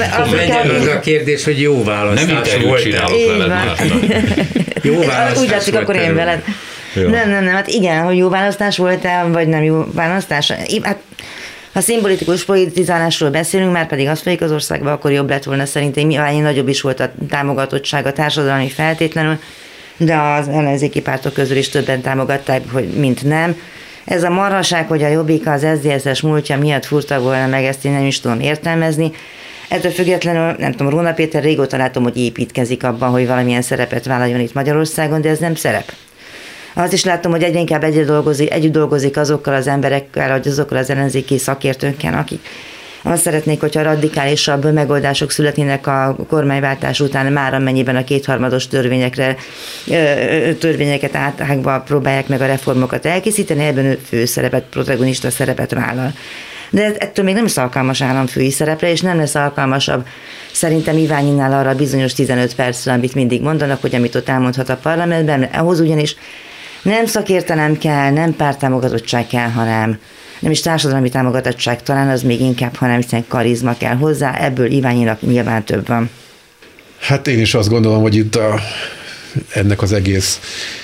az a kérdés, hogy jó választás nem volt. Nem csinálok veled másnak. Jó választás úgy látszik, akkor én veled. Jó. Nem, nem, nem, hát igen, hogy jó választás volt-e, vagy nem jó választás. Hát, ha szimbolitikus politizálásról beszélünk, már pedig azt folyik az országban, akkor jobb lett volna szerintem, mivel nagyobb is volt a támogatottság a társadalmi feltétlenül, de az ellenzéki pártok közül is többen támogatták, hogy mint nem. Ez a marhaság, hogy a Jobbik az es zé dé es-es múltja miatt furta volna meg, ezt én nem is tudom értelmezni. Ettől függetlenül, nem tudom, Róna Péter régóta látom, hogy építkezik abban, hogy valamilyen szerepet vállaljon itt Magyarországon, de ez nem szerep. Azt is látom, hogy egyre inkább együtt dolgozik, együtt dolgozik azokkal az emberekkel, vagy azokkal az ellenzéki szakértőkkel, akik azt szeretnék, hogyha radikálisabb megoldások születnének a kormányváltás után, már amennyiben a kétharmados törvényekre, törvényeket átágva próbálják meg a reformokat elkészíteni, ebben ő főszerepet, protagonista szerepet vállal. De ettől még nem lesz alkalmas államfői szerepre, és nem lesz alkalmasabb szerintem Iványinál arra a bizonyos tizenöt percre, amit mindig mondanak, hogy amit ott elmondhat a parlamentben, ahhoz ugyanis nem szakértelem kell, nem párttámogatottság kell, hanem nem is társadalmi támogatottság, talán az még inkább, hanem hiszen karizma kell hozzá, ebből Iványinak nyilván több van. Hát én is azt gondolom, hogy itt a, ennek az egész,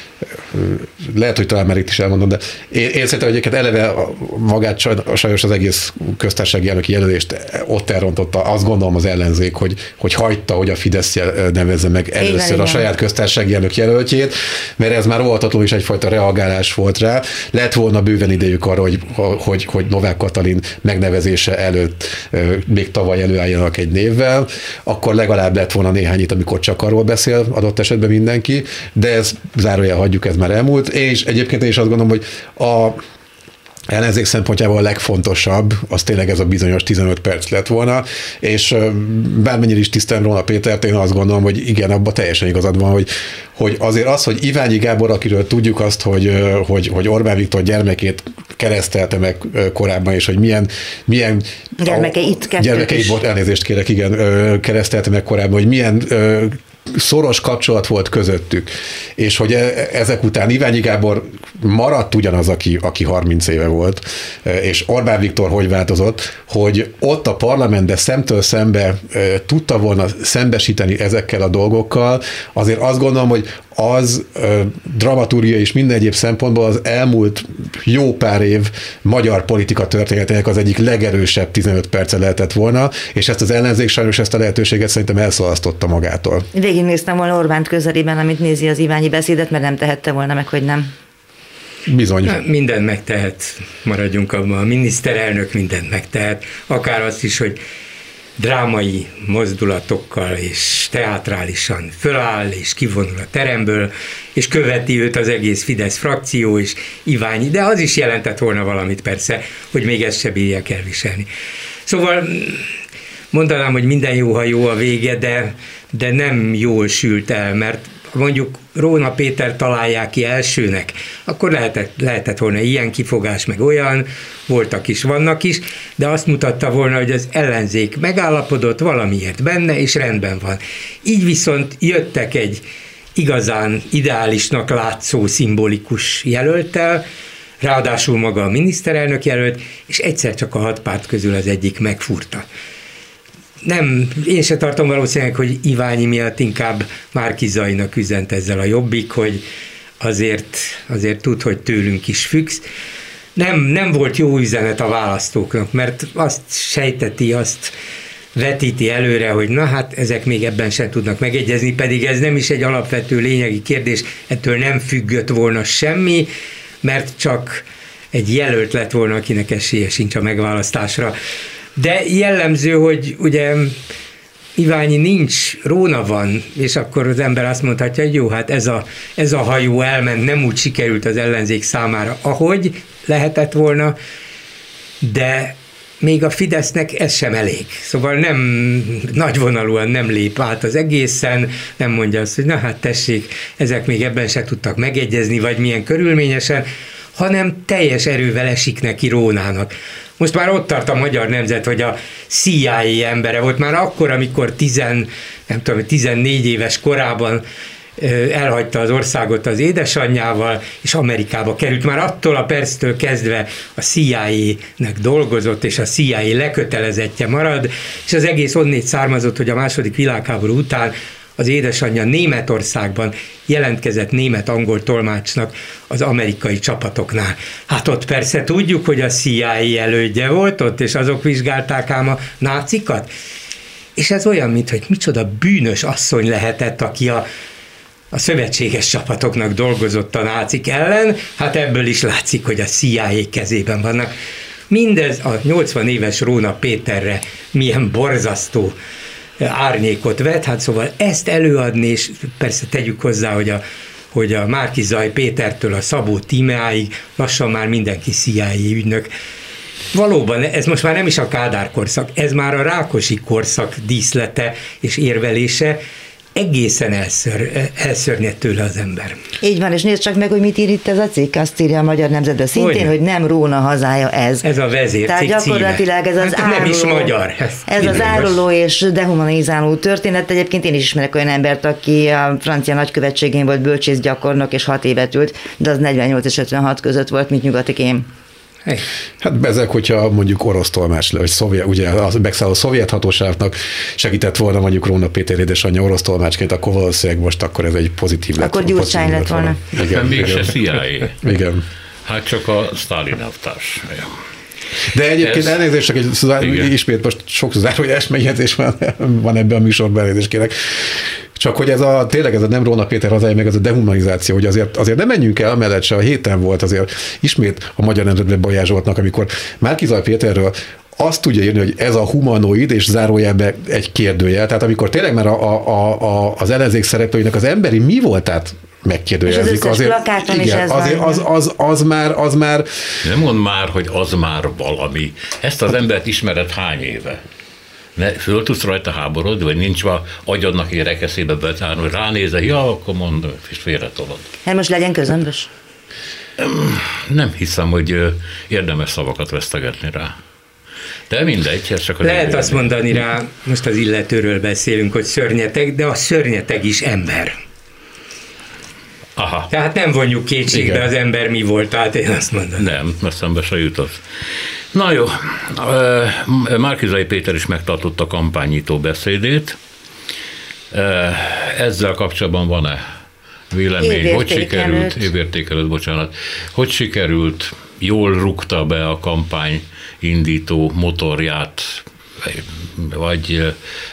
lehet, hogy talán már itt is elmondom, de én, én szerintem egyébként eleve magát sajnos az egész köztársasági elnöki jelölést ott elrontotta, azt gondolom az ellenzék, hogy, hogy hagyta, hogy a Fidesz nevezze meg először igen, a saját köztársasági elnök jelöltjét, mert ez már óvatatlanul is egyfajta reagálás volt rá. Lett volna bőven idejük arra, hogy, hogy, hogy Novák Katalin megnevezése előtt még tavaly előálljanak egy névvel, akkor legalább lett volna néhány itt, amikor csak arról beszél adott esetben mindenki, de ez zárójel hagyjuk, ez már elmúlt. És egyébként én is azt gondolom, hogy a ellenzék szempontjából a legfontosabb, az tényleg ez a bizonyos tizenöt perc lett volna, és bármennyire is tisztelem Róna Pétert, én azt gondolom, hogy igen, abban teljesen igazad van, hogy, hogy azért az, hogy Iványi Gábor, akiről tudjuk azt, hogy, hogy, hogy Orbán Viktor gyermekét keresztelte meg korábban, és hogy milyen, milyen gyermekeit, a, gyermekeit volt, elnézést kérek, igen, keresztelte meg korábban, hogy milyen szoros kapcsolat volt közöttük, és hogy ezek után Iványi Gábor maradt ugyanaz, aki, aki harminc éve volt, és Orbán Viktor hogy változott, hogy ott a parlamentben szemtől szembe tudta volna szembesíteni ezekkel a dolgokkal, azért azt gondolom, hogy az dramaturgia és minden egyéb szempontból az elmúlt jó pár év magyar politika történetének az egyik legerősebb tizenöt perce lehetett volna, és ezt az ellenzék sajnos ezt a lehetőséget szerintem elszalasztotta magától. Végignéztem volna Orbánt közelében, amit nézi az Iványi beszédet, mert nem tehette volna meg, hogy nem. Bizony. Na, mindent megtehet, maradjunk abban. A miniszterelnök mindent megtehet, akár azt is, hogy drámai mozdulatokkal és teátrálisan föláll és kivonul a teremből, és követi őt az egész Fidesz frakció és Iványi, de az is jelentett volna valamit persze, hogy még ezt se bírják elviselni. Szóval mondanám, hogy minden jó, ha jó a vége, de, de nem jól sült el, mert mondjuk Róna Péter találják ki elsőnek, akkor lehetett, lehetett volna ilyen kifogás, meg olyan, voltak is, vannak is, de azt mutatta volna, hogy az ellenzék megállapodott valamiért benne, és rendben van. Így viszont jöttek egy igazán ideálisnak látszó szimbolikus jelölttel, ráadásul maga a miniszterelnök jelölt, és egyszer csak a hat párt közül az egyik megfúrta. Nem, én se tartom valószínűleg, hogy Iványi miatt inkább Márki Zajnak üzent ezzel a Jobbik, hogy azért, azért tud, hogy tőlünk is függsz. Nem, nem volt jó üzenet a választóknak, mert azt sejteti, azt vetíti előre, hogy na hát ezek még ebben sem tudnak megegyezni, pedig ez nem is egy alapvető lényegi kérdés, ettől nem függött volna semmi, mert csak egy jelölt lett volna, akinek esélye sincs a megválasztásra. De jellemző, hogy ugye Iványi nincs, Róna van, és akkor az ember azt mondhatja, hogy jó, hát ez a, ez a hajó elment, nem úgy sikerült az ellenzék számára, ahogy lehetett volna, de még a Fidesznek ez sem elég. Szóval nem nagyvonalúan nem lép át az egészen, nem mondja azt, hogy na hát tessék, ezek még ebben se tudtak megegyezni, vagy milyen körülményesen, hanem teljes erővel esik neki Rónának. Most már ott tart a magyar nemzet, hogy a C I A embere volt már akkor, amikor tizen, nem tudom, tizennégy éves korában elhagyta az országot az édesanyjával, és Amerikába került. Már attól a perctől kezdve a C I A-nek dolgozott, és a C I A lekötelezettje marad, és az egész onnét származott, hogy a második világháború után az édesanyja Németországban jelentkezett német-angol tolmácsnak az amerikai csapatoknál. Hát ott persze tudjuk, hogy a C I A elődje volt ott, és azok vizsgálták ám a nácikat. És ez olyan, mint hogy micsoda bűnös asszony lehetett, aki a, a szövetséges csapatoknak dolgozott a nácik ellen, hát ebből is látszik, hogy a C I A kezében vannak. Mindez a nyolcvan éves Róna Péterre milyen borzasztó árnyékot vet, hát szóval ezt előadni, és persze tegyük hozzá, hogy a, hogy a Márki Zaj Pétertől a Szabó Tímeáig lassan már mindenki C I A ügynök. Valóban, ez most már nem is a Kádár korszak, ez már a Rákosi korszak díszlete és érvelése, egészen elször, elszörnyed tőle az ember. Így van, és nézd csak meg, hogy mit ír itt ez a cikk, azt írja a Magyar Nemzetben szintén, Olyan. hogy nem Róna hazája ez. Ez a vezércikk Tehát gyakorlatilag ez az hát áruló, nem is magyar. Ez, ez az áruló és dehumanizáló történet. Egyébként én is ismerek olyan embert, aki a francia nagykövetségén volt bölcsészgyakornok, és hat évet ült, de az negyvennyolc és ötvenhat között volt, mint nyugati kém. Hey. Hát bezeg, hogyha mondjuk orosz tolmács, vagy szovjet, ugye a megszálló szovjet hatóságnak segített volna mondjuk Róna Péter édesanyja orosz tolmácsként, akkor valószínűleg most akkor ez egy pozitív lett. Akkor Gyurcsány lett volna. volna. Igen, mégse C I A. Igen. Hát csak a Sztálin elvtárs. De egyébként elnézést, csak egy, ismét most sok zárójeles megjegyzés van, van ebben a műsorban, elnézést kérek. Csak hogy ez a, tényleg ez a nem Róna Péter hazája, meg ez a dehumanizáció, hogy azért, azért nem menjünk el, amellett se a héten volt azért ismét a Magyar Nemzetben Balyázs Zsoltnak, amikor Márki Zaj Péterről azt tudja írni, hogy ez a humanoid, és zárójelbe egy kérdőjel. Tehát amikor tényleg már a, a, a, az ellenzék szereplőinek az emberi mi voltát megkérdőjelezik. És az összes plakáton is ez azért van. Az, az, az, már, az már... Nem mondd már, hogy az már valami. Ezt az embert ismered hány éve? Ne, föl tudsz rajta háborodni, vagy nincs van agyadnak egy rekeszébe betárni, hogy ránézel, ja, akkor mondd, és félretolod. Hát most legyen közömbös? Nem hiszem, hogy érdemes szavakat vesztegetni rá. De mindegy, ez csak az Lehet élmény. azt mondani rá, most az illetőről beszélünk, hogy szörnyeteg, de a szörnyeteg is ember. Aha. Tehát nem vonjuk kétségbe, Igen. az ember mi volt, tehát én azt mondom. Nem, mert szembe se jutott. Na jó, Márki-Zay Péter is megtartotta kampányító beszédét. Ezzel kapcsolatban van-e vélemény? Hogy sikerült? Évértékelőt, bocsánat. Hogy sikerült? Jól rúgta be a kampány indító motorját, vagy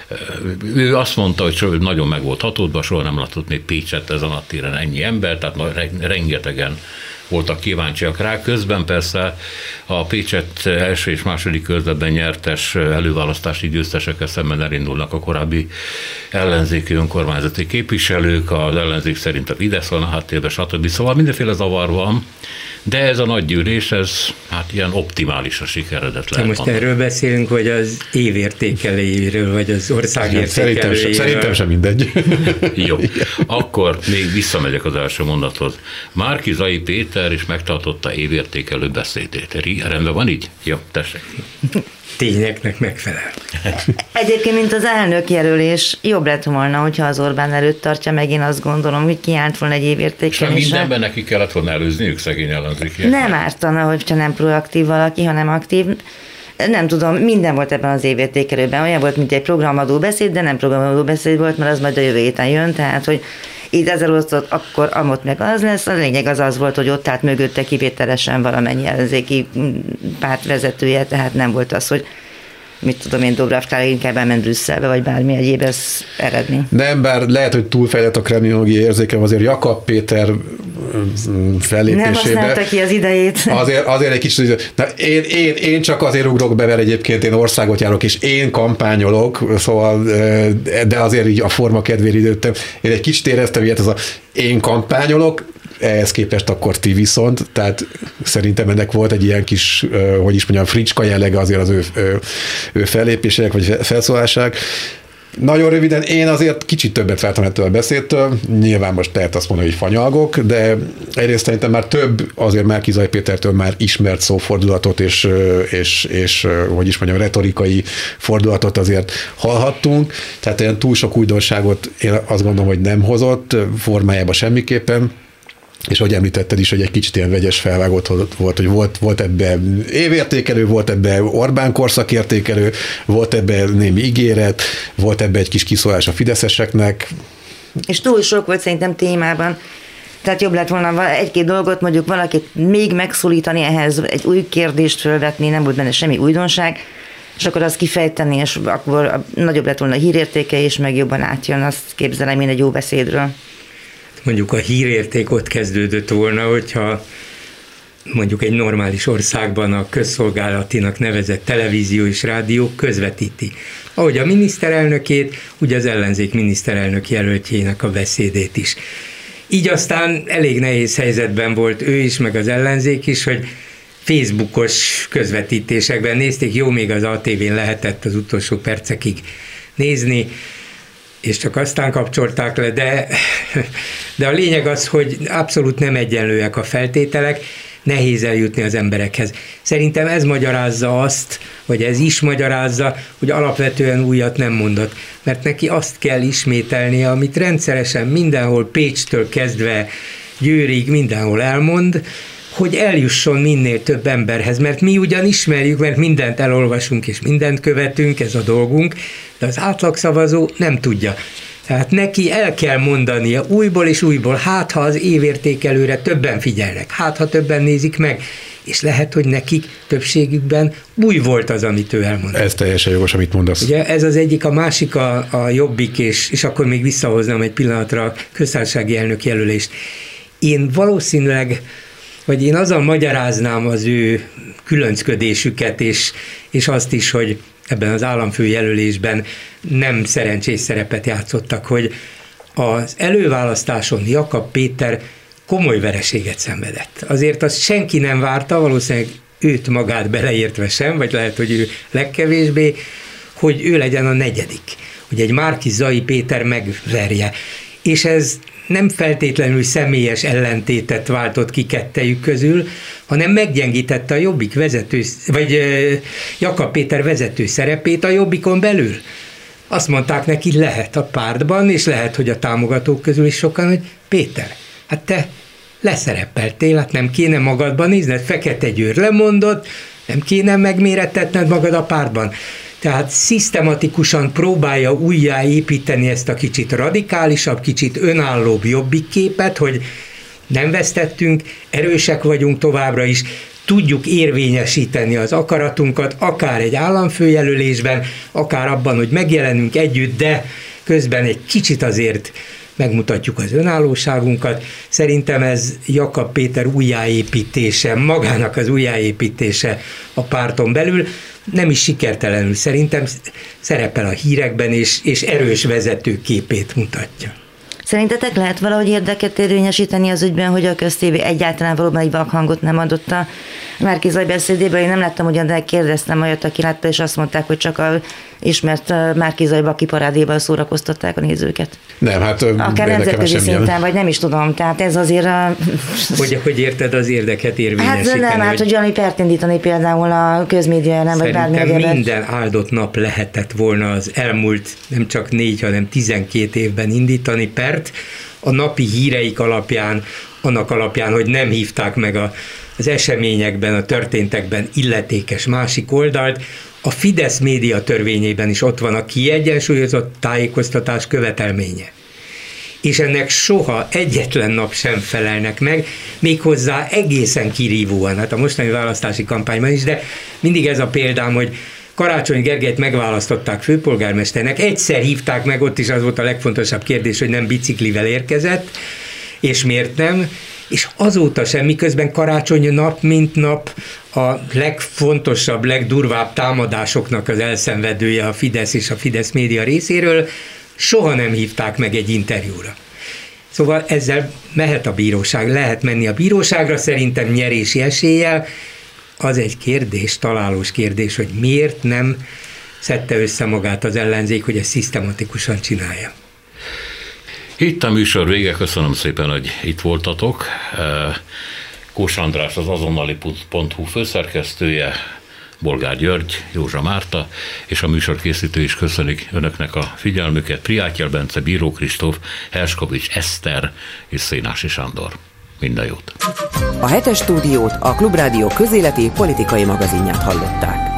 ő azt mondta, hogy nagyon meg volt hatódva, soha nem látott még Pécset ezen a téren ennyi ember, tehát rengetegen voltak kíváncsiak rá. Közben persze a Pécset első és második körzetben nyertes előválasztási győztesekkel szemben elindulnak a korábbi ellenzéki önkormányzati képviselők, az ellenzék szerint a Fidesz van a háttérben, stb. Szóval mindenféle zavar van, de ez a nagy gyűlés, ez hát ilyen optimális a sikeredet lehet. Most mondani. erről beszélünk, vagy az évértékelőjéről, vagy az országértékelőjéről? Szerintem, szerintem sem mindegy. Jó, akkor még visszamegyek az első mondathoz. Márki-Zay Péter is megtartotta évértékelő beszédét. Rendben van így? Jó, tessék. Tényeknek megfelel. Egyébként, mint az elnök jelölés, jobb lett volna, hogyha az Orbán előtt tartja meg, én azt gondolom, hogy kiállt volna egy És évértékelésre. mindenben neki kellett volna előzniük szegény ellenzékiek. Nem ártana, hogyha nem proaktív valaki, hanem aktív. Nem tudom, minden volt ebben az évértékelőben. Olyan volt, mint egy programadó beszéd, de nem programadó beszéd volt, mert az majd a jövő héten jön, tehát, hogy itt ezzel osztott, akkor amott meg az lesz. A lényeg az az volt, hogy ott állt mögötte kivételesen valamennyi ellenzéki párt vezetője, tehát nem volt az, hogy mit tudom én, Dobrev Klára inkább elment Brüsszelbe, vagy bármi egyéb ez eredmény. Nem, bár lehet, hogy túlfejlett a kriminologiai érzékem, azért Jakab Péter fellépésébe. Nem használta ki az idejét. Azért, azért egy kicsit, na, én, én, én csak azért ugrok be, mert egyébként én országot járok, és én kampányolok, szóval, de azért így a forma kedvéért időttem. Én egy kicsit éreztem ilyet, ez a én kampányolok, ehhez képest akkor ti viszont, tehát szerintem ennek volt egy ilyen kis, hogy is mondjam, fricska jellege azért az ő, ő, ő fellépésének, vagy felszólásának. Nagyon röviden, én azért kicsit többet vártam ettől a beszédtől, nyilván most lehet azt mondani, hogy fanyalgok, de egyrészt szerintem már több azért Márki-Zay Pétertől már ismert szófordulatot és, és, és hogy is mondjam, retorikai fordulatot azért hallhattunk, tehát ilyen túl sok újdonságot én azt gondolom, hogy nem hozott, formájában semmiképpen. És ahogy említetted is, hogy egy kicsit ilyen vegyes felvágott volt, hogy volt, volt ebben évértékelő, volt ebben Orbán korszakértékelő, volt ebben némi ígéret, volt ebben egy kis kiszólás a fideszeseknek. És túl sok volt szerintem témában. Tehát jobb lett volna egy-két dolgot, mondjuk valakit még megszólítani ehhez, egy új kérdést fölvetni, nem volt benne semmi újdonság, és akkor azt kifejteni, és akkor nagyobb lett volna a hírértéke, és meg jobban átjön, azt képzelem én egy jó beszédről. Mondjuk a hírérték ott kezdődött volna, hogyha mondjuk egy normális országban a közszolgálatinak nevezett televízió és rádió közvetíti. Ahogy a miniszterelnökét, úgy az ellenzék miniszterelnök jelöltjének a beszédét is. Így aztán elég nehéz helyzetben volt ő is, meg az ellenzék is, hogy Facebookos közvetítésekben nézték, jó, még az á té vén lehetett az utolsó percekig nézni, és csak aztán kapcsolták le, de, de a lényeg az, hogy abszolút nem egyenlőek a feltételek, nehéz eljutni az emberekhez. Szerintem ez magyarázza azt, vagy ez is magyarázza, hogy alapvetően újat nem mondott, mert neki azt kell ismételnie, amit rendszeresen mindenhol Pécstől kezdve Győrig mindenhol elmond, hogy eljusson minél több emberhez, mert mi ugyan ismerjük, mert mindent elolvasunk és mindent követünk, ez a dolgunk, de az átlagszavazó nem tudja. Tehát neki el kell mondania újból és újból, hát ha az évértékelőre többen figyelnek, hát ha többen nézik meg, és lehet, hogy nekik többségükben új volt az, amit ő elmondott. Ez teljesen jogos, amit mondasz. Ugye ez az egyik, a másik a, a Jobbik, és, és akkor még visszahoznám egy pillanatra a köztársasági elnök jelölést. Én valószínűleg, vagy én azzal magyaráznám az ő különcködésüket, és, és azt is, hogy ebben az államfő jelölésben nem szerencsés szerepet játszottak, hogy az előválasztáson Jakab Péter komoly vereséget szenvedett. Azért azt senki nem várta, valószínűleg őt magát beleértve sem, vagy lehet, hogy ő legkevésbé, hogy ő legyen a negyedik, hogy egy Márki-Zay Péter megverje. És ez nem feltétlenül személyes ellentétet váltott ki kettejük közül, hanem meggyengítette a Jobbik vezető, vagy Jakab Péter vezető szerepét a Jobbikon belül. Azt mondták neki, lehet a pártban, és lehet, hogy a támogatók közül is sokan, hogy Péter, hát te leszerepeltél, hát nem kéne magadban nézned, Fekete Győr lemondott, nem kéne megmérettetned magad a pártban. Tehát szisztematikusan próbálja újjáépíteni ezt a kicsit radikálisabb, kicsit önállóbb Jobbik képet, hogy nem vesztettünk, erősek vagyunk továbbra is, tudjuk érvényesíteni az akaratunkat, akár egy államfőjelölésben, akár abban, hogy megjelenünk együtt, de közben egy kicsit azért megmutatjuk az önállóságunkat. Szerintem ez Jakab Péter újjáépítése, magának az újjáépítése a párton belül, nem is sikertelenül, szerintem szerepel a hírekben, és, és erős vezető képét mutatja. Szerintetek lehet valahogy érdeket érvényesíteni az ügyben, hogy a köztévé egyáltalán valóban egy vakhangot nem adott a Márki-Zay beszédében? Én nem láttam ugyan, de kérdeztem olyat, aki látta, és azt mondták, hogy csak a ismert Márki-Zay baki parádéval szórakoztatták a nézőket. Nem, hát akár nemzetközi szinten, vagy nem is tudom. Tehát ez azért a... Hogy, hogy érted az érdeket érvényesíteni? Hát nem, hát, hogy valami pert indítani például a közmédia ellen, vagy bármi egyébben. Minden áldott nap lehetett volna az elmúlt nem csak négy, hanem tizenkét évben indítani pert, a napi híreik alapján, annak alapján, hogy nem hívták meg a, az eseményekben, a történtekben illetékes másik oldalt. A Fidesz média törvényében is ott van a kiegyensúlyozott tájékoztatás követelménye. És ennek soha egyetlen nap sem felelnek meg, méghozzá egészen kirívóan, hát a mostani választási kampányban is, de mindig ez a példám, hogy Karácsony Gergelyt megválasztották főpolgármesternek, egyszer hívták meg, ott is az volt a legfontosabb kérdés, hogy nem biciklivel érkezett, és miért nem, és azóta sem, miközben Karácsony nap mint nap a legfontosabb, legdurvább támadásoknak az elszenvedője a Fidesz és a Fidesz média részéről, soha nem hívták meg egy interjúra. Szóval ezzel mehet a bíróság, lehet menni a bíróságra, szerintem nyerési eséllyel. Az egy kérdés, találós kérdés, hogy miért nem szedte össze magát az ellenzék, hogy ezt szisztematikusan csinálja. Itt a műsor vége, köszönöm szépen, hogy itt voltatok. Kós András az azonnali pont hu főszerkesztője, Bolgár György, Józsa Márta, és a műsorkészítő is köszönik önöknek a figyelmüket. Priátyel Bence, Bíró Kristóf, Herskovics Eszter és Szénási Sándor. Minden jót! A hetes stúdiót, a Klubrádió közéleti politikai magazinját hallották.